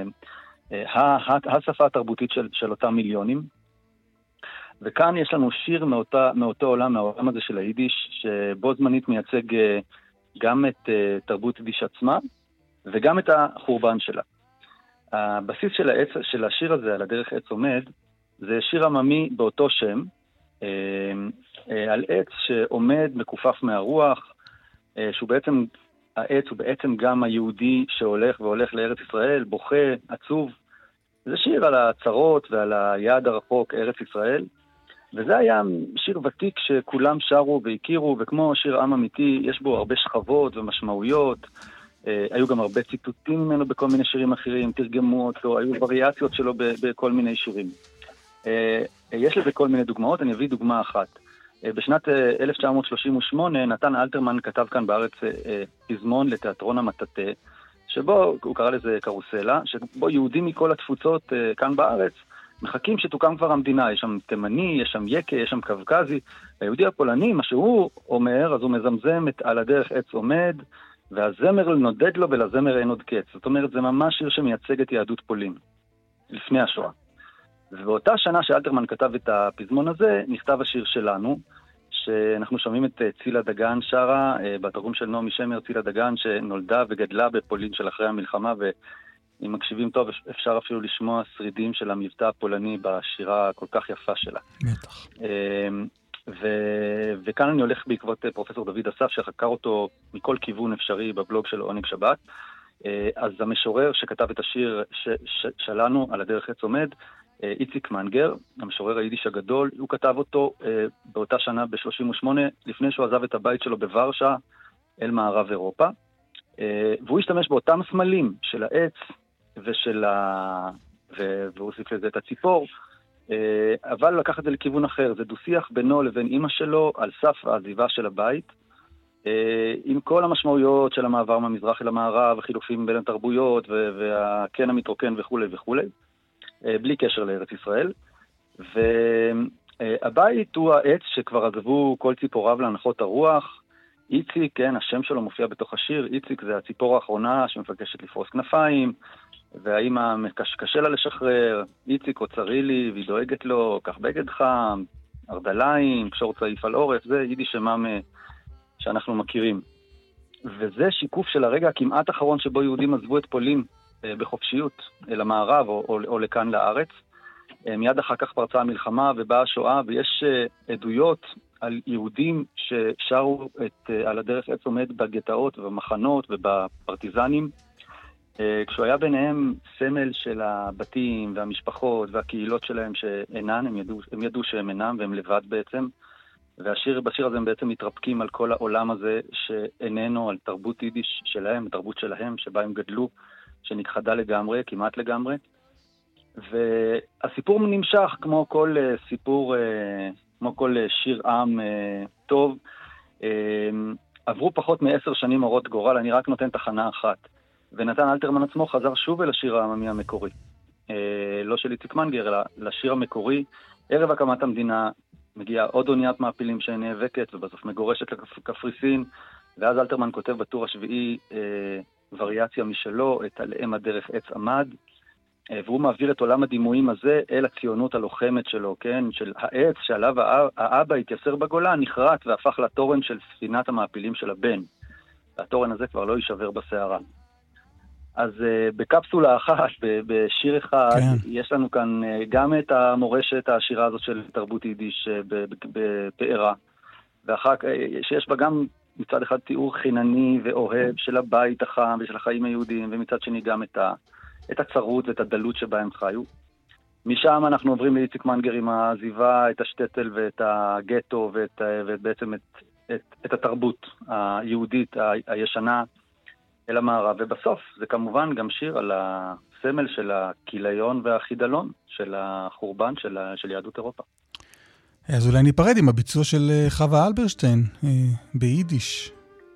השפה התרבותית של, של אותם מיליונים. וכאן יש לנו שיר מאותה, מאותו עולם, מהעולם הזה של היידיש, שבו זמנית מייצג גם את תרבות יידיש עצמה, וגם את החורבן שלה. הבסיס של, העץ, של השיר הזה, על הדרך עץ עומד, זה שיר עממי באותו שם, על עץ שעומד מקופף מהרוח, שהוא בעצם, העץ הוא בעצם גם היהודי שהולך והולך לארץ ישראל, בוכה, עצוב. זה שיר על הצרות ועל היעד הרחוק, ארץ ישראל, וזה היה שיר ותיק שכולם שרו והכירו, וכמו שיר עם אמיתי, יש בו הרבה שכבות ומשמעויות, היו גם הרבה ציטוטים ממנו בכל מיני שירים אחרים, תרגמו אותו, היו וריאציות שלו בכל מיני שירים. יש לזה כל מיני דוגמאות, אני אביא דוגמה אחת. בשנת אלף תשע מאות שלושים ושמונה נתן אלתרמן כתב כאן בארץ פזמון לתיאטרון המטאטה, שבו הוא קרא לזה קרוסלה, שבו יהודים מכל התפוצות כאן בארץ מחכים שתוקם כבר המדינה. יש שם תימני, יש שם יקה, יש שם קווקזי. היהודי הפולני, מה שהוא אומר, אז הוא מזמזם את על הדרך עץ עומד, והזמר נודד לו ולזמר אין עוד קץ. זאת אומרת, זה ממש שיר שמייצג את יהדות פולין, לפני השואה. ובאותה שנה שאלתרמן כתב את הפזמון הזה, נכתב השיר שלנו, שאנחנו שומעים את צילה דגן שרה, בתרגום של נעמי שמר, צילה דגן שנולדה וגדלה בפולין של אחרי המלחמה, ואם מקשיבים טוב אפשר אפילו לשמוע שרידים של המבטא הפולני בשירה הכל כך יפה שלה. בטח. ו- וכאן אני הולך בעקבות פרופסור דוד אסף, שחקר אותו מכל כיוון אפשרי בבלוג של עונג שבת. אז המשורר שכתב את השיר ש- ש- שלנו על הדרך עץ עומד, איציק מנגר, המשורר היידיש הגדול, הוא כתב אותו באותה שנה ב-שלושים ושמונה, לפני שהוא עזב את הבית שלו בוורשה אל מערב אירופה, והוא השתמש באותם סמלים של העץ ושל ה... והוא הוסיף לזה את הציפור, אבל לקח את זה לכיוון אחר. זה דו-שיח בינו לבין אמא שלו על סף העזיבה של הבית, עם כל המשמעויות של המעבר מהמזרח אל המערב, החילופים בין התרבויות והקן המתרוקן וכו' וכו', בלי קשר לארץ ישראל. והבית הוא העץ שכבר עזבו כל ציפוריו להנחות הרוח. איציק, כן, השם שלו מופיע בתוך השיר, איציק זה הציפור האחרונה שמפגשת לפרוס כנפיים, והאמא קשה לה לשחרר, איציק עוצרי לי והיא דואגת לו, קח בגד חם, ארדליים, קשור צעיף על עורף, זה יידיש שמם שאנחנו מכירים. וזה שיקוף של הרגע הכמעט אחרון שבו יהודים עזבו את פולין בחופשיות אל המערב או, או, או לכאן לארץ. מיד אחר כך פרצה המלחמה ובאה השואה, ויש עדויות על יהודים ששרו את, על הדרך עץ עומד בגטאות ובמחנות ובפרטיזנים, כשהוא היה ביניהם סמל של הבתים והמשפחות והקהילות שלהם שאינן, הם ידעו, הם ידעו שהם אינם והם לבד בעצם. והשיר, בשיר הזה הם בעצם מתרפקים על כל העולם הזה שאיננו, על תרבות יידיש שלהם, תרבות שלהם, שבה הם גדלו, שנכחדה לגמרי, כמעט לגמרי. והסיפור נמשך כמו כל סיפור, כמו כל שיר עם טוב. עברו פחות מעשר שנים הרות גורל, אני רק נותן תחנה אחת. ונתן אלתרמן עצמו חזר שוב אל השיר העממי המקורי. לא של איציק מנגר, אלא לשיר המקורי. ערב הקמת המדינה מגיעה עוד אוניית מעפילים שנאבקת, ובסוף מגורשת לקפריסין, ואז אלתרמן כותב בטור השביעי וריאציה משלו, את עליהם הדרך עץ עמד, והוא מעביר את עולם הדימויים הזה אל הציונות הלוחמת שלו, כן? של העץ שעליו האבא התייסר בגולה, נחרט והפך לתורן של ספינת המעפילים של הבן. והתורן הזה כבר לא יישבר בסערה. אז uh, בקפסולה אחת, בשיר אחד, כן. יש לנו כאן uh, גם את המורשת העשירה הזאת של תרבות יידיש uh, בפארה, ואחר כך שיש בה גם מצד אחד תיאור חינני ואוהב של הבית החם ושל החיים היהודיים, ומצד שני גם את, ה, את הצרות ואת הדלות שבה הם חיו. משם אנחנו עוברים לאיציק מנגר עם העזיבה, את השטטל ואת הגטו ואת, ובעצם את, את, את התרבות היהודית ה, הישנה, אל המערב, ובסוף זה כמובן גם שיר על הסמל של הכיליון והחידלון, של החורבן של, של יהדות אירופה. אז אולי ניפרד עם הביצוע של חווה אלברשטיין, ביידיש.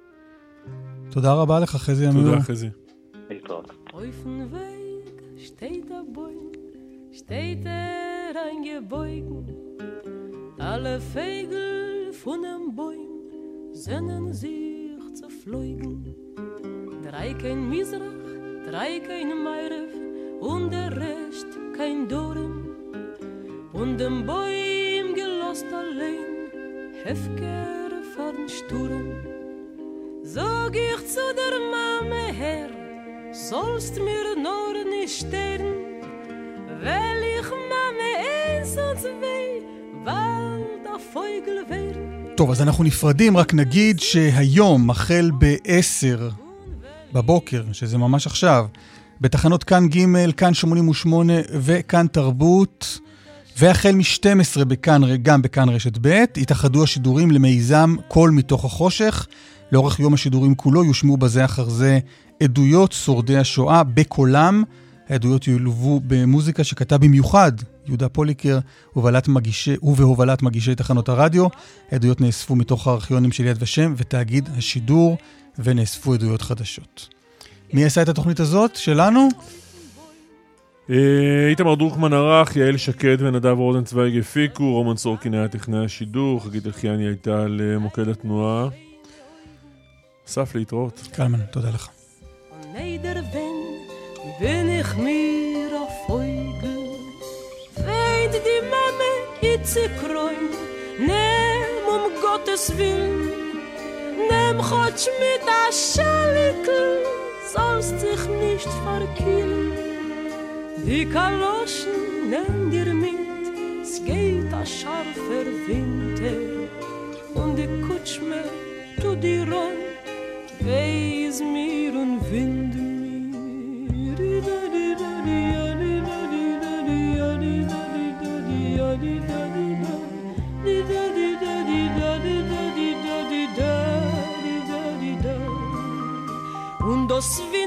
תודה רבה לך, חזי אמיר. תודה, חזי. להתראות. Auf Weg steht der Bäum, steht er eingebeugen. Alle Vögel von dem Bäum sehnen sich zu fliegen. Drei kein Misrach, drei kein Meirev und der Rest kein Dorn. Und dem Bäum gelost allein, Hefker von Sturm. Sag ich zu der Mame her, sollst mir nur nicht sterben, weil ich Mame eins und zwei, weil der Vögel werden. טוב, אז אנחנו נפרדים, רק נגיד שהיום, החל בעשר בבוקר, שזה ממש עכשיו, בתחנות כאן ג', כאן שמונים ושמונה וכאן תרבות, והחל מ-שתים עשרה בכאן, גם בכאן רשת ב', התאחדו השידורים למיזם קול מתוך החושך. לאורך יום השידורים כולו יושמו בזה אחר זה עדויות שורדי השואה בקולם. העדויות ילוו במוזיקה שכתב במיוחד יהודה פוליקר ובהובלת מגישי, ובהובלת מגישי תחנות הרדיו. העדויות נאספו מתוך הארכיונים של יד ושם ותאגיד השידור, ונאספו עדויות חדשות. מי עשה את התוכנית הזאת שלנו? איתמר דרוקמן ערך, יעל שקד ונדב רוזנצוויג הפיקו, רומן סורקין היה טכנאי השידור, חגית אלחיאני הייתה על מוקד התנועה. אסף, להתראות. קלמן, תודה לך. bin ich mir auf Vögel, weint die Mame Itzikroin, nehm um Gottes Willen, nehm Chotsch mit a Schalikel, sollst dich nicht verkillen. Die Kaloschen nehm dir mit, es geht a scharfer Winter, und die Kutschme tu dir ron, weis mir und wind mir. Und das